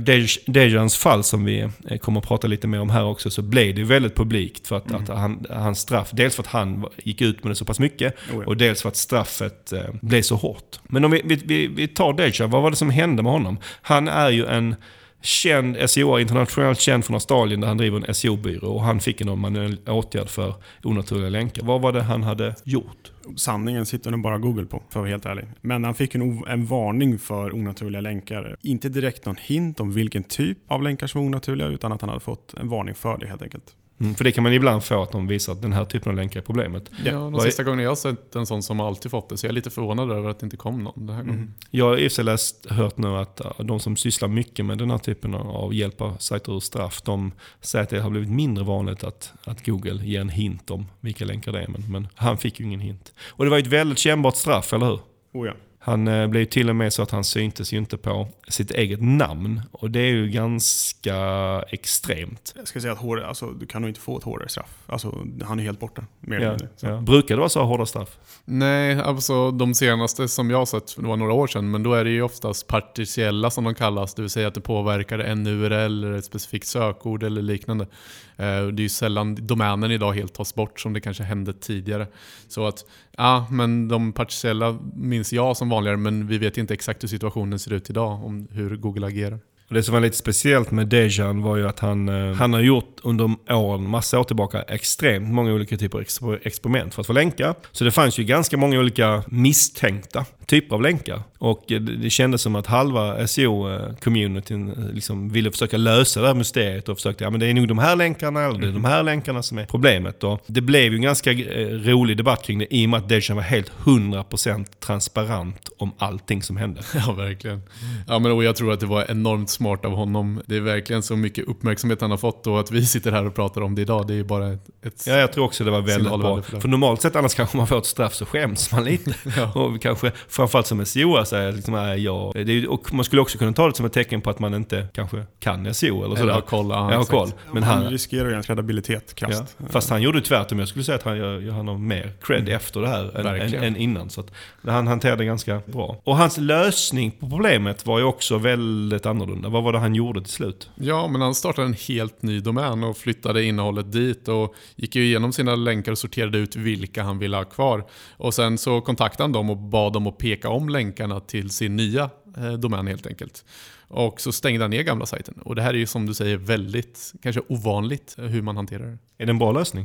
Dejans fall som vi kommer att prata lite mer om här också, så blev det väldigt publikt för att, mm. att han, hans straff, dels för att han gick ut med det så pass mycket oh ja. och dels för att straffet eh, blev så hårt. Men om vi, vi, vi, vi tar Dejan, vad var det som hände med honom? Han är ju en känd S E O, internationellt känd från Australien där han driver en S E O-byrå och han fick en manuell åtgärd för onaturliga länkar. Vad var det han hade gjort? Sanningen sitter nog bara Google på, för att vara helt ärlig. Men han fick en, en varning för onaturliga länkar. Inte direkt någon hint om vilken typ av länkar som var onaturliga, utan att han hade fått en varning för det helt enkelt. Mm, för det kan man ibland få att de visar att den här typen av länkar är problemet. Ja, de Var sista är... gången jag har sett en sån som alltid fått det, så jag är lite förvånad över att det inte kom någon den här gången. Mm. Jag har i och för sig läst, hört nu att de som sysslar mycket med den här typen av hjälp av sajter ur straff, de säger att det har blivit mindre vanligt att, att Google ger en hint om vilka länkar det är. Men, men han fick ju ingen hint. Och det var ju ett väldigt kännbart straff, eller hur? Oh ja. Han eh, blev till och med så att han syntes ju inte på sitt eget namn. Och det är ju ganska extremt. Jag ska säga att hår, alltså, du kan nog inte få ett hårdare straff. Alltså, han är helt borta. Mer ja, ja. Brukar det vara så hårda straff? Nej, alltså de senaste som jag har sett, det var några år sedan. Men då är det ju oftast partiella som de kallas. Det vill säga att det påverkar en U R L eller ett specifikt sökord eller liknande. Det är ju sällan domänen idag helt tas bort som det kanske hände tidigare. Så att, ja, men de partiella minns jag som vanligare, men vi vet inte exakt hur situationen ser ut idag, om hur Google agerar. Och det som var lite speciellt med Dejan var ju att han, han har gjort under åren, massa år tillbaka, extremt många olika typer av experiment för att få länkar. Så det fanns ju ganska många olika misstänkta typer av länkar. Och det, det kändes som att halva S E O-communityn liksom ville försöka lösa det här mysteriet och försökte, ja men det är nog de här länkarna eller det är de här länkarna som är problemet. Och det blev ju en ganska rolig debatt kring det i och med att Dejan var helt hundra procent transparent om allting som hände. Ja, verkligen. Ja, men och jag tror att det var enormt smart av honom. Det är verkligen så mycket uppmärksamhet han har fått, och att vi sitter här och pratar om det idag, det är ju bara ett, ett ja, jag tror också det var väldigt bra. För, för normalt sett annars kanske man får ett straff så skäms man lite. Ja. Och kanske framförallt som S E O säger liksom, äh, ja. det är, och man skulle också kunna ta det som ett tecken på att man inte kanske kan S E O eller, eller har koll. Ja, har koll. Men han riskerar ju en kredibilitet krasst. Ja. Fast han gjorde tvärtom. Jag skulle säga att han, han har mer cred mm. efter det här än, än, än innan. Så att han hanterade ganska bra. Och hans lösning på problemet var ju också väldigt annorlunda. Vad var det han gjorde till slut? Ja, men han startade en helt ny domän och flyttade innehållet dit och gick ju igenom sina länkar och sorterade ut vilka han ville ha kvar. Och sen så kontaktade han dem och bad dem att peka om länkarna till sin nya eh, domän helt enkelt. Och så stängde han ner gamla sajten. Och det här är ju som du säger väldigt, kanske ovanligt hur man hanterar det. Är det en bra lösning?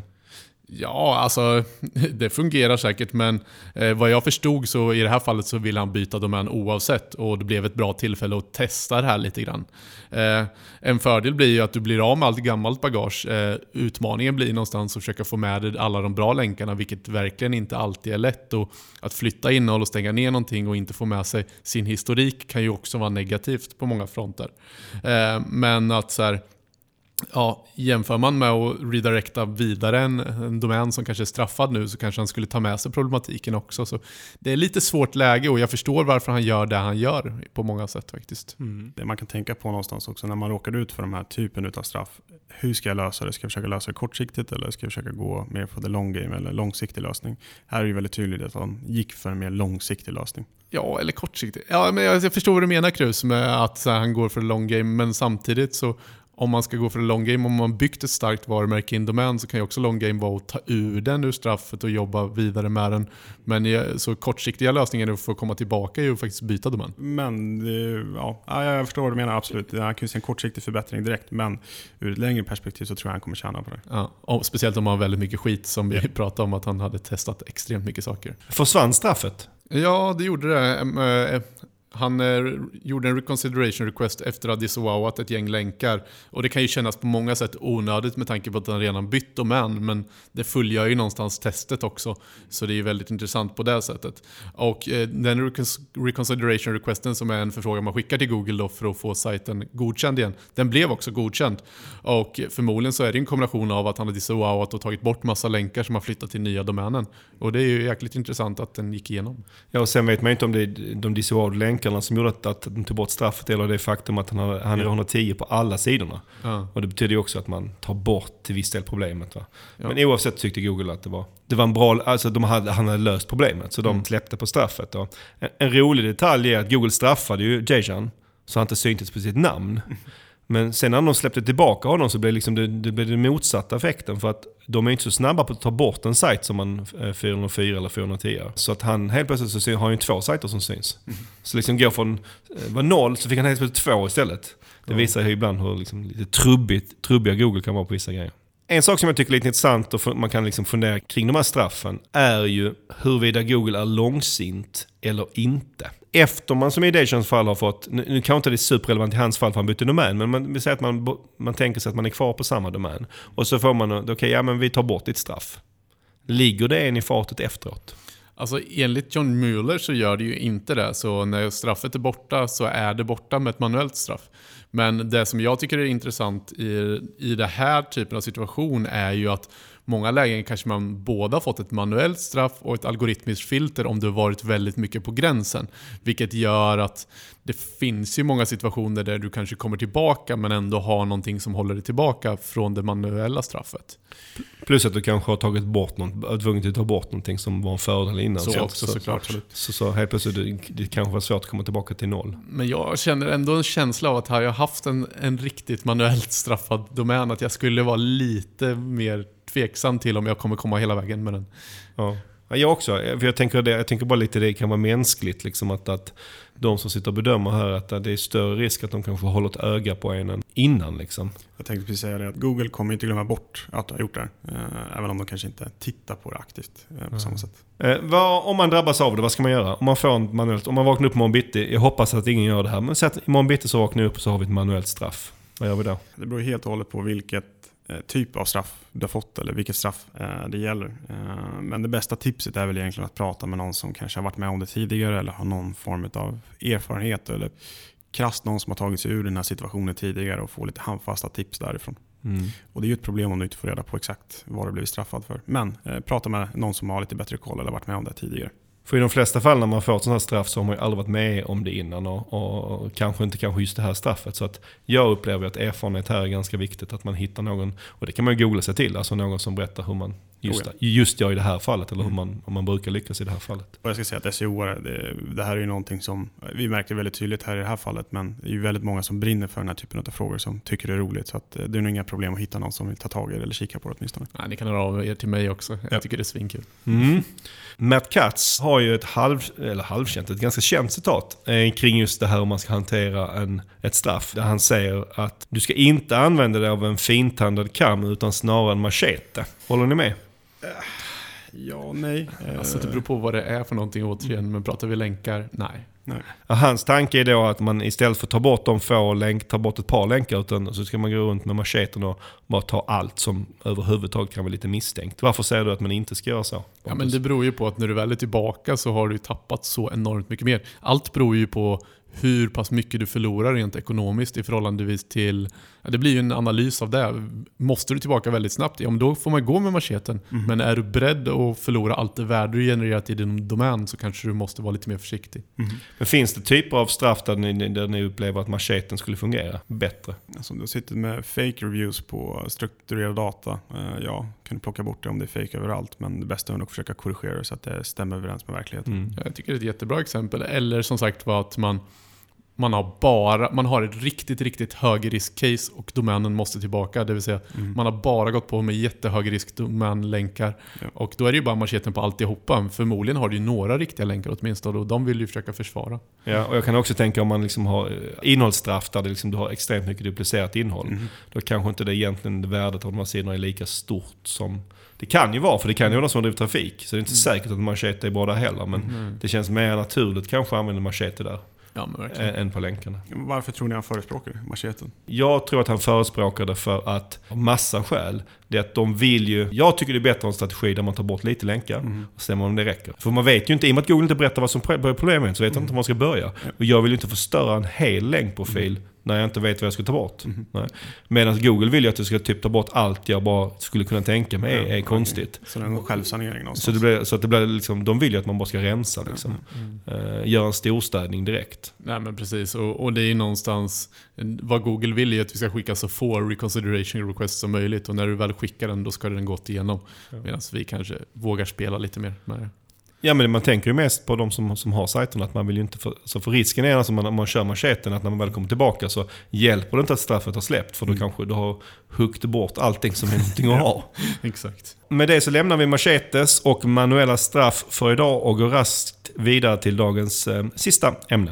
Ja, alltså det fungerar säkert, men eh, vad jag förstod så i det här fallet så vill han byta domän oavsett, och det blev ett bra tillfälle att testa det här lite grann. Eh, en fördel blir ju att du blir av med allt gammalt bagage. Eh, utmaningen blir någonstans att försöka få med alla de bra länkarna, vilket verkligen inte alltid är lätt. Och att flytta innehåll och stänga ner någonting och inte få med sig sin historik kan ju också vara negativt på många fronter. Eh, men att så här, ja, jämför man med att redirecta vidare en, en domän som kanske är straffad nu, så kanske han skulle ta med sig problematiken också. Så det är lite svårt läge, och jag förstår varför han gör det han gör på många sätt faktiskt. Mm. Det man kan tänka på någonstans också när man råkar ut för de här typen av straff. Hur ska jag lösa det? Ska jag försöka lösa det kortsiktigt, eller ska jag försöka gå mer för the long game eller långsiktig lösning? Här är det väldigt tydligt att han gick för en mer långsiktig lösning. Ja, eller kortsiktigt. Ja, men jag, jag förstår vad du menar, Krus, med att så här, han går för the long game, men samtidigt så om man ska gå för en long game, om man byggt ett starkt varumärke i en domän, så kan ju också long game vara att ta ur den ur straffet och jobba vidare med den. Men så kortsiktiga lösningar för att komma tillbaka är ju faktiskt byta domän. Men ja, jag förstår vad du menar, absolut. Jag kan ju se en kortsiktig förbättring direkt, men ur ett längre perspektiv så tror jag han kommer tjäna på det. Ja, och speciellt om man har väldigt mycket skit, som vi pratade om att han hade testat extremt mycket saker. Försvann straffet? Ja, det gjorde det. Han eh, gjorde en reconsideration request efter att ha disavowat ett gäng länkar. Och det kan ju kännas på många sätt onödigt med tanke på att han redan bytt domän. Men det följer ju någonstans testet också. Så det är ju väldigt intressant på det sättet. Och eh, den recon- reconsideration requesten, som är en förfrågan man skickar till Google då för att få sajten godkänd igen, den blev också godkänd. Och förmodligen så är det en kombination av att han har disavowat och tagit bort massa länkar som har flyttat till nya domänen. Och det är ju jäkligt intressant att den gick igenom. Ja, och sen vet man inte om det är de disavowade länkarna som gjorde att, att de tog bort straffet, eller det faktum att han, har, han är etthundratio på alla sidorna. Ja. Och det betyder ju också att man tar bort till viss del problemet. Va? Ja. Men oavsett tyckte Google att det var, det var en bra, alltså de hade, han hade löst problemet, så de mm. släppte på straffet. Och en, en rolig detalj är att Google straffade ju Jason, så han inte syntes på sitt namn. Mm. Men sen när de släppte tillbaka honom så blev liksom det, det blev den motsatta effekten, för att de är inte så snabba på att ta bort en sajt som man fyrahundrafyra eller fyrahundratio. Så att han helt plötsligt så har han ju två sajter som syns. Mm. Så liksom går från var noll så fick han helt plötsligt två istället. Det mm. visar ju ibland hur liksom lite trubbigt, trubbiga Google kan vara på vissa grejer. En sak som jag tycker är lite intressant och man kan liksom fundera kring de här straffen är ju huruvida Google är långsint eller inte. Efter man som i Dations fall har fått, nu kan inte det är superrelevant i hans fall för han bytte domän, men man vill säga att man, man tänker sig att man är kvar på samma domän. Och så får man, okej, okay, ja men vi tar bort ditt straff. Ligger det en i fartet efteråt? Alltså enligt John Mueller så gör det ju inte det. Så när straffet är borta så är det borta med ett manuellt straff. Men det som jag tycker är intressant i, i det här typen av situation är ju att många lägen kanske man båda fått ett manuellt straff och ett algoritmiskt filter om det har varit väldigt mycket på gränsen. Vilket gör att det finns ju många situationer där du kanske kommer tillbaka men ändå har någonting som håller dig tillbaka från det manuella straffet. Plus att du kanske har tagit bort något, tvungen att ta bort någonting som var en fördel innan. Så, så också så, såklart. Så, så, så helt plötsligt det, det kanske var svårt att komma tillbaka till noll. Men jag känner ändå en känsla av att har jag haft en, en riktigt manuellt straffad domän, att jag skulle vara lite mer tveksam till om jag kommer komma hela vägen med den. Ja. Jag också, för jag tänker, det, jag tänker bara lite det kan vara mänskligt liksom, att, att de som sitter och bedömer här att det är större risk att de kanske håller ett öga på en innan liksom. Jag tänkte precis säga det, att Google kommer inte glömma bort att ha gjort det, eh, även om de kanske inte tittar på det aktivt eh, på mm. samma sätt. Eh, vad, om man drabbas av det, vad ska man göra? Om man får en manuellt, om man vaknar upp morgon bitti, jag hoppas att ingen gör det här, men så att imorgon bitti så vaknar vi upp och så har vi ett manuellt straff. Vad gör vi då? Det beror helt och hållet på vilket typ av straff du har fått eller vilket straff eh, det gäller. Eh, men det bästa tipset är väl egentligen att prata med någon som kanske har varit med om det tidigare eller har någon form av erfarenhet eller krasst någon som har tagit sig ur den här situationen tidigare och få lite handfasta tips därifrån. Mm. Och det är ju ett problem om du inte får reda på exakt vad du blivit straffad för. Men eh, prata med någon som har lite bättre koll eller varit med om det tidigare. För i de flesta fall när man får ett sånt här straff så har man ju aldrig varit med om det innan och, och kanske inte kanske just det här straffet. Så att jag upplever att erfarenhet här är ganska viktigt, att man hittar någon, och det kan man ju googla sig till, alltså någon som berättar hur man just, oh ja. just gör i det här fallet eller hur man, om man brukar lyckas i det här fallet. Och jag ska säga att S E O, det, det här är ju någonting som vi märker väldigt tydligt här i det här fallet, men det är ju väldigt många som brinner för den här typen av frågor som tycker det är roligt, så att det är nog inga problem att hitta någon som vill ta tag i det eller kika på det åtminstone. Nej, ni kan höra av er till mig också. Jag ja. tycker det är svinkul. Mm. Matt Katz har ju ett halv, eller halvkänt, ett ganska känt citat eh, kring just det här om man ska hantera en, ett straff. Där han säger att du ska inte använda dig av en fintandad kam utan snarare en machete. Håller ni med? Ja, nej. Alltså det beror på vad det är för någonting återigen, men pratar vi länkar? Nej. Nej. Hans tanke är då att man istället för att ta bort de få länk, ta bort ett par länkar, utan så ska man gå runt med macheten och bara ta allt som överhuvudtaget kan vara lite misstänkt. Varför säger du att man inte ska göra så? Ja, men det beror ju på att när du väl är tillbaka så har du tappat så enormt mycket mer. Allt beror ju på hur pass mycket du förlorar rent ekonomiskt i förhållandevis till... Ja, det blir ju en analys av det. Måste du tillbaka väldigt snabbt? Ja, men då får man gå med macheten. Mm. Men är du beredd att förlora allt det värde du genererat i din domän så kanske du måste vara lite mer försiktig. Mm. Men finns det typer av straff där ni, där ni upplever att macheten skulle fungera bättre? Alltså, du sitter med fake reviews på strukturerad data. Ja, kan du plocka bort det om det är fake överallt. Men det bästa är att försöka korrigera så att det stämmer överens med verkligheten. Mm. Jag tycker det är ett jättebra exempel. Eller som sagt var att man... man har bara man har ett riktigt, riktigt hög risk-case och domänen måste tillbaka. Det vill säga, mm. man har bara gått på med jättehög risk domänlänkar. Ja. Och då är det ju bara macheten på alltihopa. Förmodligen har det ju några riktiga länkar åtminstone och de vill ju försöka försvara. Ja, och jag kan också tänka om man liksom har innehållsstraff där det liksom, du har extremt mycket duplicerat innehåll. Mm. Då kanske inte det egentligen värdet av de här sidorna är lika stort som... Det kan ju vara, för det kan ju vara någon som driver trafik. Så det är inte mm. säkert att machete är bra där heller. Men mm. det känns mer naturligt kanske att använda machete där. Ja, men verkligen. Än på länkarna. Varför tror ni han förespråkar macheten? Jag tror att han förespråkar det för att, av massa skäl, det är att de vill ju... Jag tycker det är bättre att en strategi där man tar bort lite länkar mm. och ser om det räcker. För man vet ju inte, i och med att Google inte berättar vad som är problemet, så vet jag mm. inte var man ska börja. Ja. Och jag vill ju inte förstöra en hel länkprofil mm. när jag inte vet vad jag ska ta bort. Mm. Nej. Medan Google vill ju att du ska typ ta bort allt jag bara skulle kunna tänka mig är, är konstigt. Så det är en självsanering någonstans. Så, det blir, så att det blir liksom, de vill ju att man bara ska rensa liksom. Mm. Uh, göra en storstädning direkt. Nej men precis, och, och det är ju någonstans vad Google vill är att vi ska skicka så få reconsideration requests som möjligt, och när du väl skickar den då ska den gått igenom. Ja. Medan vi kanske vågar spela lite mer med det. Ja, men man tänker ju mest på de som, som har sajterna, att man vill ju inte för, så för risken är alltså man, om man kör macheten att när man väl kommer tillbaka så hjälper det inte att straffet har släppt, för då mm. kanske du har huggit bort allting som är någonting att ha. Exakt. Med det så lämnar vi machetes och manuella straff för idag och går raskt vidare till dagens eh, sista ämne.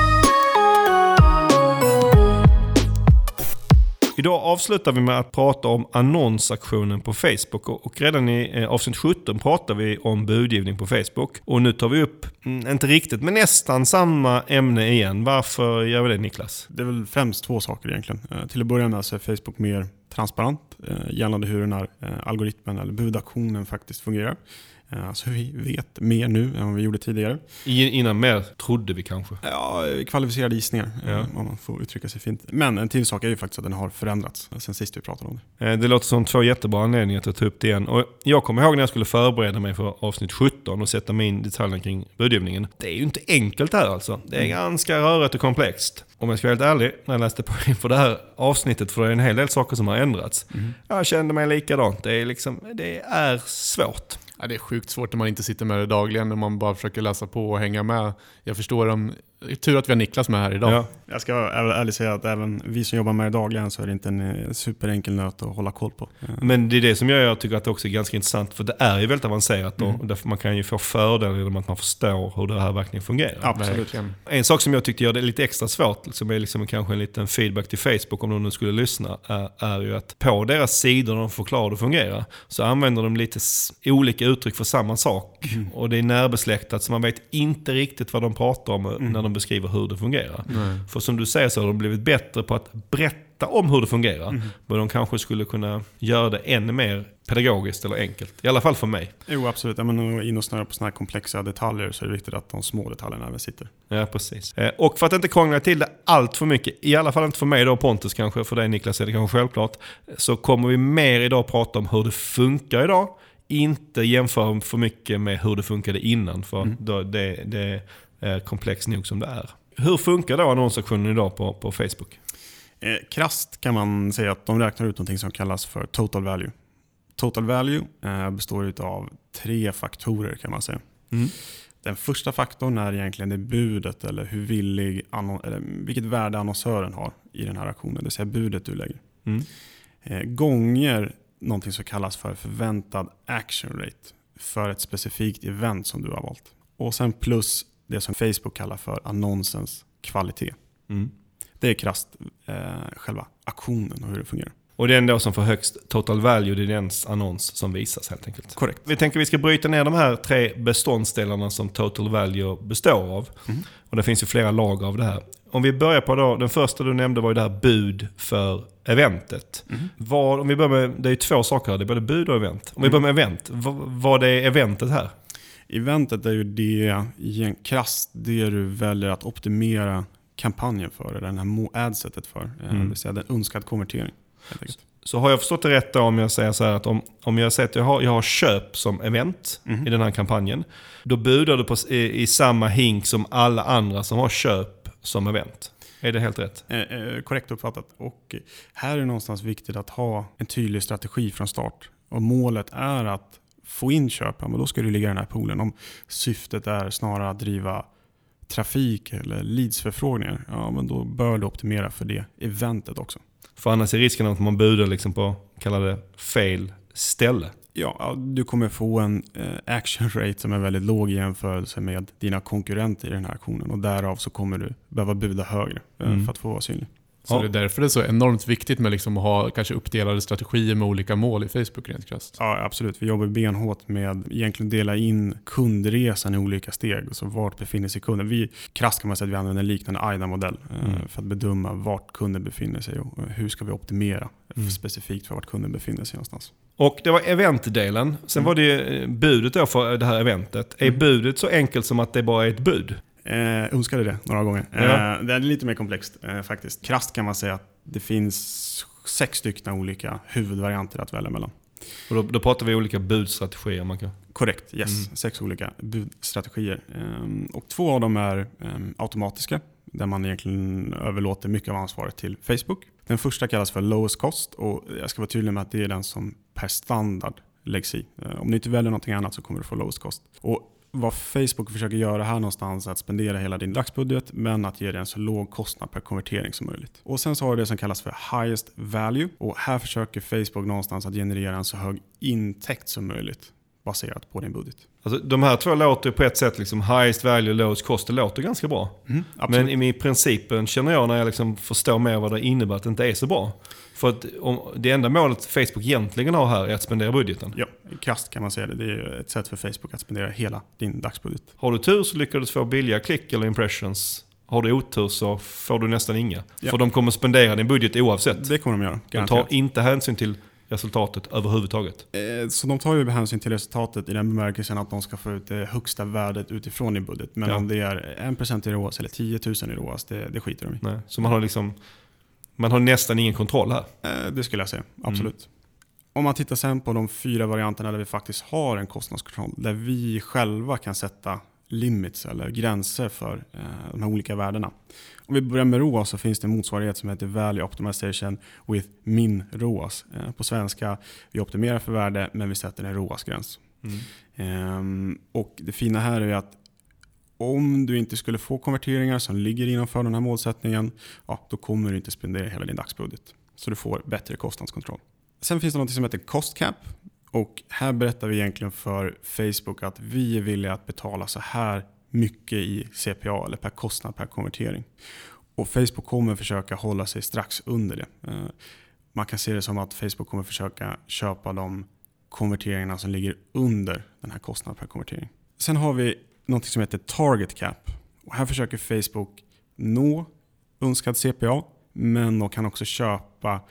Idag avslutar vi med att prata om annonsaktionen på Facebook, och redan i avsnitt sjutton pratar vi om budgivning på Facebook, och nu tar vi upp, inte riktigt men nästan samma ämne igen. Varför gör vi det, Niklas? Det är väl främst två saker egentligen. Till att börja med så är Facebook mer transparent gällande hur den här algoritmen eller budaktionen faktiskt fungerar. Alltså vi vet mer nu än vad vi gjorde tidigare. Innan mer trodde vi kanske. Ja, kvalificerade gissningar, ja. Om man får uttrycka sig fint. Men en till sak är ju faktiskt att den har förändrats sen sist vi pratade om det. Det låter som två jättebra anledningar att ta upp det igen. Och jag kommer ihåg när jag skulle förbereda mig för avsnitt sjutton och sätta mig in i detaljerna kring budgivningen. Det är ju inte enkelt här alltså. Det är mm. ganska rörigt och komplext. Om jag ska vara helt ärlig, när jag läste på inför det här avsnittet, för det är en hel del saker som har ändrats. Mm. Jag kände mig likadant. Det är, liksom, det är svårt. Ja, det är sjukt svårt när man inte sitter med det dagligen, när man bara försöker läsa på och hänga med. Jag förstår om... Tur att vi har Niklas med här idag. Ja. Jag ska ärligt säga att även vi som jobbar med det dagligen så är det inte en superenkel nöt att hålla koll på. Ja. Men det är det som gör jag tycker att det också är ganska intressant, för det är ju väldigt avancerat mm. och därför man kan ju få fördelar genom att man förstår hur det här verkligen fungerar. Absolut. En sak som jag tyckte gör det lite extra svårt, liksom är liksom kanske en liten feedback till Facebook om de nu skulle lyssna, är, är ju att på deras sidor när de förklarar hur det fungerar så använder de lite olika uttryck för samma sak. Mm. Och det är närbesläktat så man vet inte riktigt vad de pratar om mm. när de beskriver hur det fungerar. Mm. För som du säger så har de blivit bättre på att berätta om hur det fungerar. Mm. Men de kanske skulle kunna göra det ännu mer pedagogiskt eller enkelt. I alla fall för mig. Jo, absolut. Ja, men in och snöra på såna här komplexa detaljer så är det viktigt att de små detaljerna även sitter. Ja, precis. Och för att inte krångla till det allt för mycket, i alla fall inte för mig då, Pontus kanske, för dig Niklas är det kanske självklart, så kommer vi mer idag prata om hur det funkar idag. Inte jämföra för mycket med hur det funkade innan, för mm. då det, det är komplext nog som det är. Hur funkar då annonsaktionen idag på, på Facebook? Eh, krasst kan man säga att de räknar ut något som kallas för total value. Total value eh, består av tre faktorer kan man säga. Mm. Den första faktorn är egentligen det budet eller hur villig annon- eller vilket värde annonsören har i den här aktionen. Det vill säga budet du lägger. Mm. Eh, gånger någonting som kallas för förväntad action rate för ett specifikt event som du har valt. Och sen plus det som Facebook kallar för annonsens kvalitet. Mm. Det är krasst eh, själva aktionen och hur det fungerar. Och det är ändå som får högst total value, det är den annons som visas helt enkelt. Korrekt. Vi tänker att vi ska bryta ner de här tre beståndsdelarna som total value består av. Mm. Och det finns ju flera lager av det här. Om vi börjar på då, den första du nämnde var ju det här bud för eventet. Mm. Vad, om vi börjar med, det är ju två saker här, det är både bud och event. Om mm. vi börjar med event, vad, vad är eventet här? Eventet är ju det, krasst det du väljer att optimera kampanjen för, eller den här adsetet för. Mm. Det vill säga den önskad konvertering. Så har jag förstått det rätt då om jag säger så här att om, om jag säger att jag har, jag har köp som event mm. i den här kampanjen, då budar du på, i, i samma hink som alla andra som har köp som event. Är det helt rätt? Eh, eh, korrekt uppfattat. Och här är det någonstans viktigt att ha en tydlig strategi från start. Och målet är att få in köp, men då ska du ligga i den här poolen. Om syftet är snarare att driva trafik eller leadsförfrågningar, ja, men då bör du optimera för det eventet också. För annars är risken att man budar liksom på, kallar det, fel ställe. Ja, du kommer få en eh, action rate som är väldigt låg i jämförelse med dina konkurrenter i den här aktionen. Och därav så kommer du behöva buda högre eh, mm. för att få vara synlig. Så ja. Det är därför det är så enormt viktigt med liksom att ha kanske uppdelade strategier med olika mål i Facebook rent krasst. Ja, absolut. Vi jobbar benhårt med egentligen dela in kundresan i olika steg. Så vart befinner sig kunden? Vi krasst kan man säga att vi använder en liknande A I D A-modell mm. för att bedöma vart kunden befinner sig och hur ska vi optimera mm. specifikt för vart kunden befinner sig någonstans. Och det var eventdelen. Sen mm. var det budet då för det här eventet. Mm. Är budet så enkelt som att det bara är ett bud? Eh, önskade det några gånger. Ja. Eh, det är lite mer komplext eh, faktiskt. Krasst kan man säga att det finns sex stycken olika huvudvarianter att välja mellan. Och då, då pratar vi olika budstrategier. Man kan... Korrekt, yes. Mm. Sex olika budstrategier. Eh, och två av dem är eh, automatiska. Där man egentligen överlåter mycket av ansvaret till Facebook. Den första kallas för lowest cost. Och jag ska vara tydlig med att det är den som per standard läggs i. Eh, om du inte väljer någonting annat så kommer du få lowest cost. Och vad Facebook försöker göra här någonstans är att spendera hela din dagsbudget men att ge dig en så låg kostnad per konvertering som möjligt. Och sen så har du det som kallas för highest value och här försöker Facebook någonstans att generera en så hög intäkt som möjligt baserat på din budget. Alltså, de här två låter på ett sätt liksom highest value, lowest cost, det låter ganska bra. Mm, men i principen känner jag när jag liksom förstår mer vad det innebär att det inte är så bra. För att om det enda målet Facebook egentligen har här är att spendera budgeten. Ja, krasst kan man säga det. Det är ett sätt för Facebook att spendera hela din dagsbudget. Har du tur så lyckas du få billiga klick eller impressions. Har du otur så får du nästan inga. Ja. För de kommer spendera din budget oavsett. Det kommer de göra. De tar inte hänsyn till resultatet överhuvudtaget. Så de tar ju hänsyn till resultatet i den bemärkelsen att de ska få ut det högsta värdet utifrån din budget. Men ja. om det är en procent i R O A S eller tio tusen i R O A S, det, det skiter de i. Nej. Så man har liksom... Man har nästan ingen kontroll här. Det skulle jag säga, absolut. Mm. Om man tittar sen på de fyra varianterna där vi faktiskt har en kostnadskontroll. Där vi själva kan sätta limits eller gränser för eh, de här olika värdena. Om vi börjar med R O A S så finns det en motsvarighet som heter Value Optimization with Min R O A S. Eh, på svenska, vi optimerar för värde men vi sätter en R O A S-gräns. Mm. Eh, och det fina här är att om du inte skulle få konverteringar som ligger innanför den här målsättningen, ja, då kommer du inte spendera hela din dagsbudget. Så du får bättre kostnadskontroll. Sen finns det något som heter Cost Cap. Och här berättar vi egentligen för Facebook att vi är villiga att betala så här mycket i C P A eller per kostnad per konvertering. Och Facebook kommer försöka hålla sig strax under det. Man kan se det som att Facebook kommer försöka köpa de konverteringarna som ligger under den här kostnaden per konvertering. Sen har vi något som heter Target Cap. Och här försöker Facebook nå önskad C P A, men de kan också köpa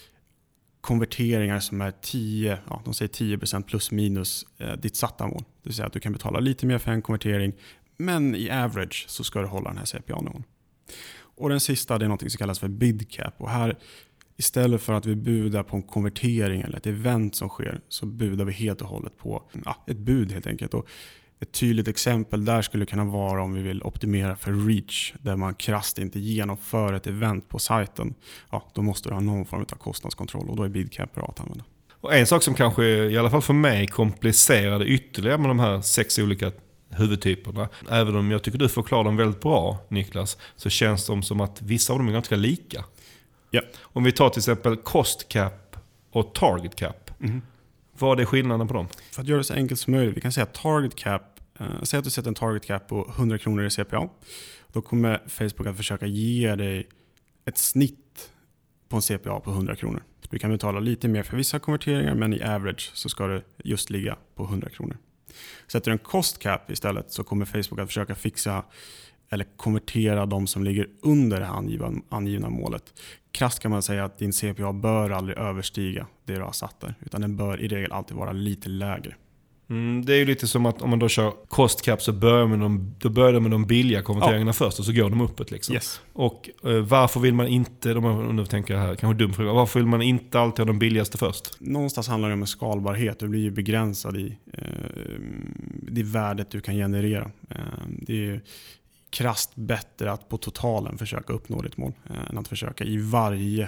konverteringar som är tio, ja, de säger tio procent plus minus eh, ditt satta mål. Det vill säga att du kan betala lite mer för en konvertering, men i average så ska du hålla den här C P A-nivån. Och den sista det är något som kallas för bid cap. Och här istället för att vi budar på en konvertering eller ett event som sker så budar vi helt och hållet på ja, ett bud helt enkelt. Och ett tydligt exempel där skulle kunna vara om vi vill optimera för reach där man krasst inte genomför ett event på sajten. Ja, då måste du ha någon form av kostnadskontroll och då är bidcap bra att använda. Och en sak som kanske i alla fall för mig komplicerade ytterligare med de här sex olika huvudtyperna, även om jag tycker du förklarar dem väldigt bra, Niklas, så känns de som att vissa av dem är ganska lika. Ja. Om vi tar till exempel cost cap och target cap. Mm. Vad är skillnaden på dem? För att göra det så enkelt som möjligt, vi kan säga att target cap, eh, säg att du sätter en target cap på hundra kronor i C P A. Då kommer Facebook att försöka ge dig ett snitt på en C P A på hundra kronor. Du kan betala lite mer för vissa konverteringar, men i average så ska det just ligga på hundra kronor. Sätter du en cost cap istället så kommer Facebook att försöka fixa eller konvertera de som ligger under det angivna, angivna målet. Krasst kan man säga att din C P A bör aldrig överstiga det du har satt där. Utan den bör i regel alltid vara lite lägre. Mm, det är ju lite som att om man då kör cost cap så börjar man de, då börjar de med de billiga konverteringarna ja. först och så går de uppåt. Liksom. Yes. Och eh, varför vill man inte, om nu tänker jag här, kanske dum fråga, varför vill man inte alltid ha de billigaste först? Någonstans handlar det om en skalbarhet. Du blir ju begränsad i eh, det värdet du kan generera. Eh, det är krasst bättre att på totalen försöka uppnå ditt mål än att försöka i varje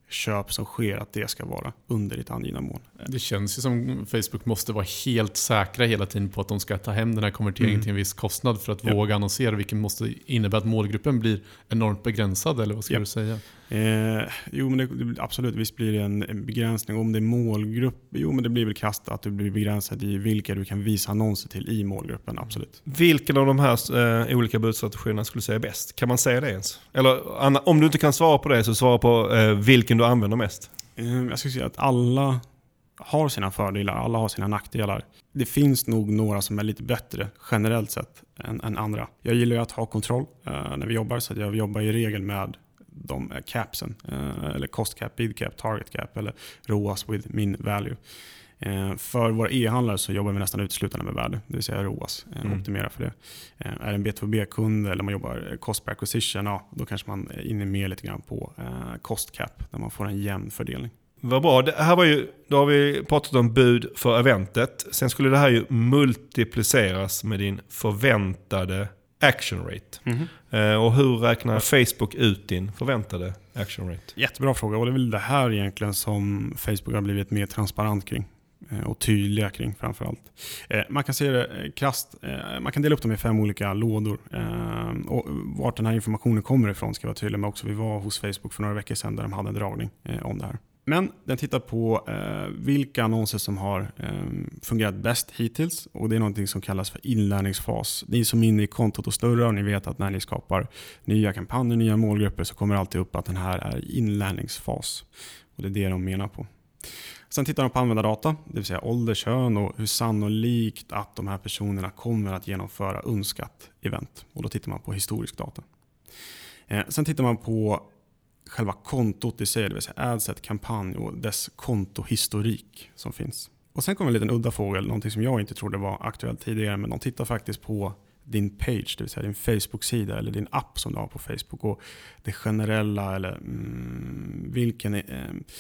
köp som sker, att det ska vara under ditt angivna mål. Det känns ju som Facebook måste vara helt säkra hela tiden på att de ska ta hem den här konverteringen mm. till en viss kostnad för att ja. våga annonsera, vilket måste innebära att målgruppen blir enormt begränsad, eller vad ska ja. du säga? Eh, jo men det, absolut, visst blir det en, en begränsning. Om det är målgrupp, jo men det blir väl kastat att du blir begränsad i vilka du kan visa annonser till i målgruppen, absolut. Vilken av de här eh, olika budstrategierna skulle du säga är bäst? Kan man säga det ens? Eller Anna, om du inte kan svara på det, så svara på eh, vilken du använder mest. Eh, jag skulle säga att alla har sina fördelar, alla har sina nackdelar. Det finns nog några som är lite bättre generellt sett än, än andra. Jag gillar ju att ha kontroll eh, när vi jobbar, så att jag jobbar i regel med de capsen, eh, eller cost cap, bid cap, target cap eller R O A S with min value. Eh, för våra e-handlare så jobbar vi nästan uteslutande med värde, det vill säga R O A S, eh, mm. optimera för det. Eh, är det en B två B-kund eller man jobbar cost per acquisition, ja, då kanske man är inne mer lite grann på eh, cost cap, där man får en jämn fördelning. Vad bra. Det här var ju, då har vi pratat om bud för eventet. Sen skulle det här ju multipliceras med din förväntade action rate. Mm-hmm. Eh, och hur räknar Facebook ut din förväntade action rate? Jättebra fråga, och det är väl det här egentligen som Facebook har blivit mer transparent kring. Och tydliga kring framförallt. Eh, man kan se det krasst. Eh, man kan dela upp dem i fem olika lådor. Eh, och vart den här informationen kommer ifrån ska vara tydlig med också. Vi var hos Facebook för några veckor sedan där de hade en dragning eh, om det här. Men den tittar på eh, vilka annonser som har eh, fungerat bäst hittills. Och det är någonting som kallas för inlärningsfas. Ni som är inne i kontot och större, och ni vet att när ni skapar nya kampanjer, nya målgrupper, så kommer det alltid upp att den här är inlärningsfas. Och det är det de menar på. Sen tittar de på användardata, det vill säga ålder, kön och hur sannolikt att de här personerna kommer att genomföra önskat event. Och då tittar man på historisk data. Eh, sen tittar man på själva kontot i sig, det vill säga adset, kampanj och dess kontohistorik som finns. Och sen kommer en liten udda fågel, någonting som jag inte trodde var aktuellt tidigare, men de tittar faktiskt på din page, det vill säga din Facebook-sida eller din app som du har på Facebook, och det generella eller mm, vilken eh,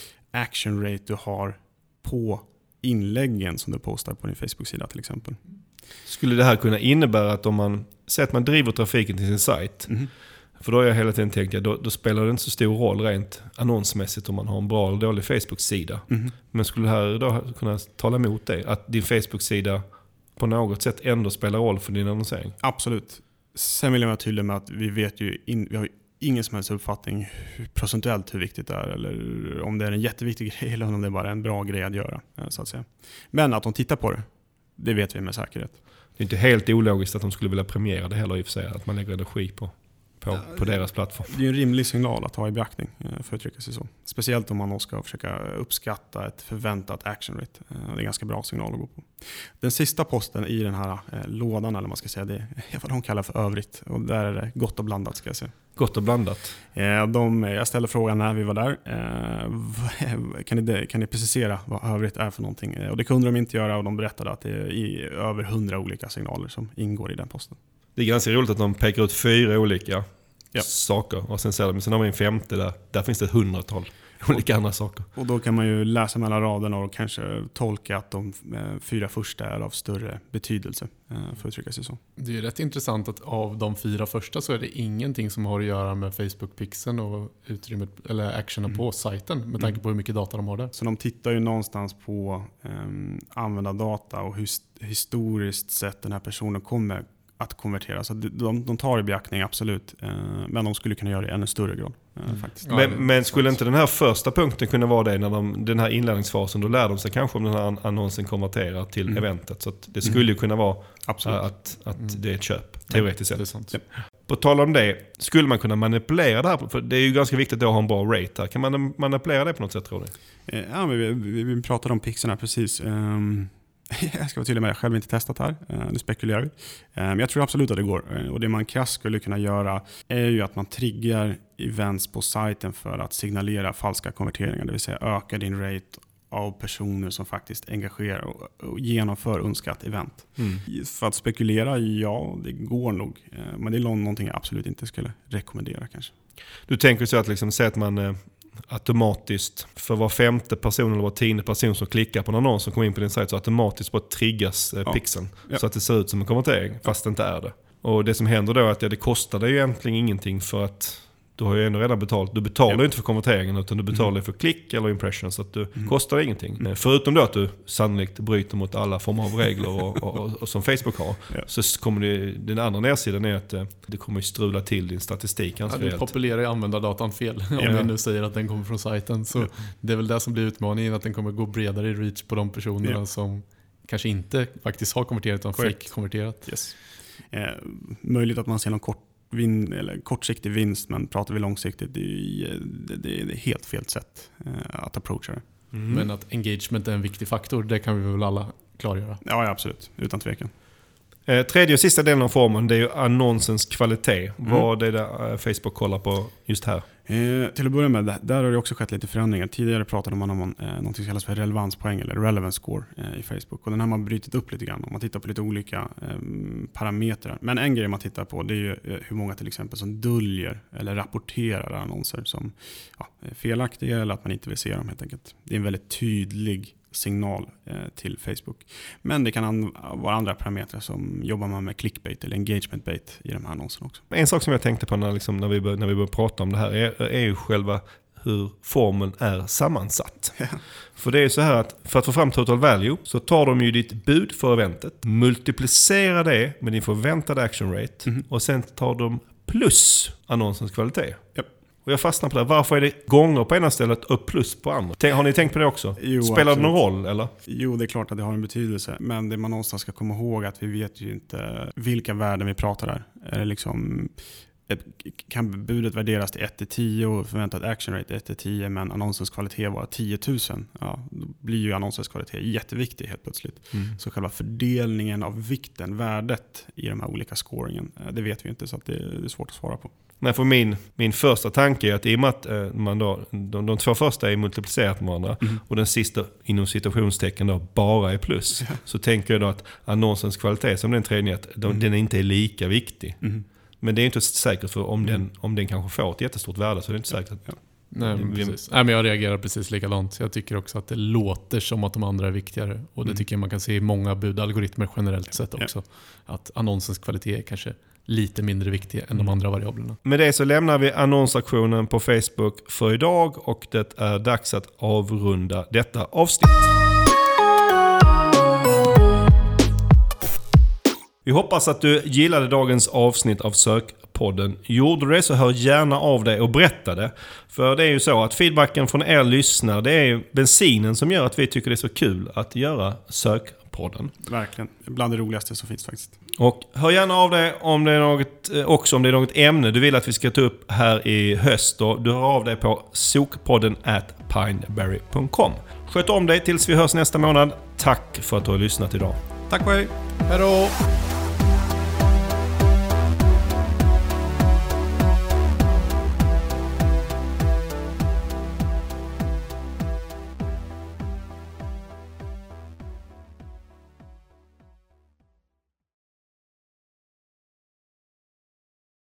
action rate du har på inläggen som du postar på din Facebook-sida till exempel. Skulle det här kunna innebära att om man säger att man driver trafiken till sin sajt, mm. för då har jag hela tiden tänkt att då, då spelar det inte så stor roll rent annonsmässigt om man har en bra eller dålig Facebook-sida. Mm. Men skulle det här då kunna tala emot det? Att din Facebook-sida på något sätt ändå spelar roll för din annonsering? Absolut. Sen vill jag vara tydlig med att vi vet ju in, vi har ju ingen som helst uppfattning hur, procentuellt hur viktigt det är, eller om det är en jätteviktig grej eller om det är bara en bra grej att göra, så att säga. Men att de tittar på det, det vet vi med säkerhet. Det är inte helt ologiskt att de skulle vilja premiera det heller i och för sig, att man lägger energi på På, på deras plattform. Det är en rimlig signal att ha i beaktning, för att uttrycka sig så. Speciellt om man ska försöka uppskatta ett förväntat action rate. Det är en ganska bra signal att gå på. Den sista posten i den här lådan, eller man ska säga, det är vad de kallar för övrigt. Och där är det gott och blandat, ska jag säga. Gott och blandat? De, jag ställde frågan när vi var där. Kan ni, kan ni precisera vad övrigt är för någonting? Och det kunde de inte göra, och de berättade att det är över hundra olika signaler som ingår i den posten. Det är ganska roligt att de pekar ut fyra olika ja. saker. Och sen säger de, sen har vi en femte där. Där finns det ett hundratal olika andra saker. Och då kan man ju läsa mellan raderna och kanske tolka att de fyra första är av större betydelse, för att uttrycka sig så. Det är rätt intressant att av de fyra första så är det ingenting som har att göra med Facebook-pixeln och utrymmet eller actionen mm. på sajten, med tanke på hur mycket data de har där. Så de tittar ju någonstans på um, användardata och hur historiskt sett den här personen kommer att konvertera. Så de, de tar i beaktning, absolut. Men de skulle kunna göra det i ännu större grad. Mm. Faktiskt. Men, men skulle inte den här första punkten kunna vara det, när de, den här inlärningsfasen, då lär de sig kanske om den här annonsen konverterar till mm. eventet. Så att det skulle ju kunna vara absolut. att, att mm. det är ett köp, teoretiskt sett. Ja, det ja. På tal om det, skulle man kunna manipulera det här? För det är ju ganska viktigt att ha en bra rate här. Kan man manipulera det på något sätt, tror ni? Ja, vi, vi, vi pratade om pixeln här precis. Um... Jag ska vara tydlig med det, jag har själv inte testat här, det spekulerar vi. Men jag tror absolut att det går. Och det man krasst skulle kunna göra är ju att man triggar events på sajten för att signalera falska konverteringar. Det vill säga öka din rate av personer som faktiskt engagerar och genomför önskat event. Mm. För att spekulera, ja, det går nog. Men det är någonting jag absolut inte skulle rekommendera kanske. Du tänker så att liksom, säg att man automatiskt för var femte person eller var tionde person som klickar på en annons som kommer in på din sajt, så automatiskt bara triggas eh, ja. pixeln ja. så att det ser ut som en konvertering fast det inte är det. Och det som händer då är att ja, det kostar dig ju egentligen ingenting, för att du har ju ändå redan betalt. Du betalar ju Ja. inte för konverteringen utan du betalar Mm. för klick eller impressions. Så att du Mm. kostar ingenting. Mm. Förutom då att du sannolikt bryter mot alla former av regler och, och, och, och som Facebook har. Ja. Så kommer det, den andra nedsidan är att eh, det kommer ju strula till din statistik Ja, ganska du rejält. populerar ju användardatan fel. Om Ja. vi nu säger att den kommer från sajten. Så Ja. det är väl det som blir utmaningen, att den kommer gå bredare i reach på de personerna Ja. som kanske inte faktiskt har konverterat utan Korrekt. fake konverterat. Yes. Eh, möjligt att man ser någon kort vin, eller kortsiktig vinst, men pratar vi långsiktigt, det är, ju- det, det är helt fel sätt eh, att approacha det. Mm. Men att engagement är en viktig faktor, det kan vi väl alla klargöra. Ja, ja, absolut. Utan tvekan. Eh, tredje och sista delen av formen, det är ju annonsens kvalitet. Mm. Vad är det eh, Facebook kollar på just här? Eh, till att börja med, där- där har det också skett lite förändringar. Tidigare pratade man om eh, något som kallas för relevanspoäng eller relevance score eh, i Facebook. Och den har man brutit upp lite grann. Om man tittar på lite olika eh, parametrar. Men en grej man tittar på, det är ju eh, hur många till exempel som döljer eller rapporterar annonser som ja, är felaktiga eller att man inte vill se dem helt enkelt. Det är en väldigt tydlig signal eh, till Facebook. Men det kan an- vara andra parametrar som jobbar man med clickbait eller engagement bait i de här annonserna också. En sak som jag tänkte på när, liksom, när vi bör, när vi började prata om det här är, är ju själva hur formen är sammansatt. För det är så här att för att få fram total value så tar de ju ditt bud för eventet, multiplicerar det med din förväntade action rate Mhm. och sen tar de plus annonsens kvalitet. Japp. Och jag fastnar på det. Varför är det gånger på ena stället och plus på andra? Tänk- Har ni tänkt på det också? Jo, Spelar det någon absolut. roll eller? Jo, det är klart att det har en betydelse. Men det man någonstans ska komma ihåg är att vi vet ju inte vilka värden vi pratar där. Är det liksom, ett, kan budet värderas till ett till tio och förväntat action rate ett till tio men annonsens kvalitet var tio tusen. Ja, då blir ju annonsens kvalitet jätteviktig helt plötsligt. Mm. Så själva fördelningen av vikten, värdet i de här olika scoringen, eh, det vet vi inte så att det, det är svårt att svara på. Nej, för min, min första tanke är att i och med att eh, man då, de, de två första är multiplicerat med varandra Mm. och den sista inom citationstecken då bara är plus. Ja. Så tänker jag då att annonsens kvalitet som den tredje, att de, Mm. den inte är lika viktig. Mm. Men det är inte säkert för om den, om den kanske får ett jättestort värde så är det inte säkert att... Ja. Nej, men Vi- precis. Nej, men jag reagerar precis likadant. Jag tycker också att det låter som att de andra är viktigare. Och det Mm. tycker jag man kan se i många budalgoritmer generellt sett också. Att annonsens kvalitet är kanske lite mindre viktig än de Mm. andra variablerna. Med det så lämnar vi annonsaktionen på Facebook för idag och det är dags att avrunda detta avsnitt. Vi hoppas att du gillade dagens avsnitt av Sökpodden. Gjorde du det så hör gärna av dig och berätta det. För det är ju så att feedbacken från er lyssnare, det är ju bensinen som gör att vi tycker det är så kul att göra Sökpodden. Verkligen. Bland det roligaste som finns faktiskt. Och hör gärna av dig om det är något, eh, också om det är något ämne du vill att vi ska ta upp här i höst. Då. Du hör av dig på sokpodden at pineberry dot com. Sköt om dig tills vi hörs nästa månad. Tack för att du har lyssnat idag. Tack och hej! Hej då!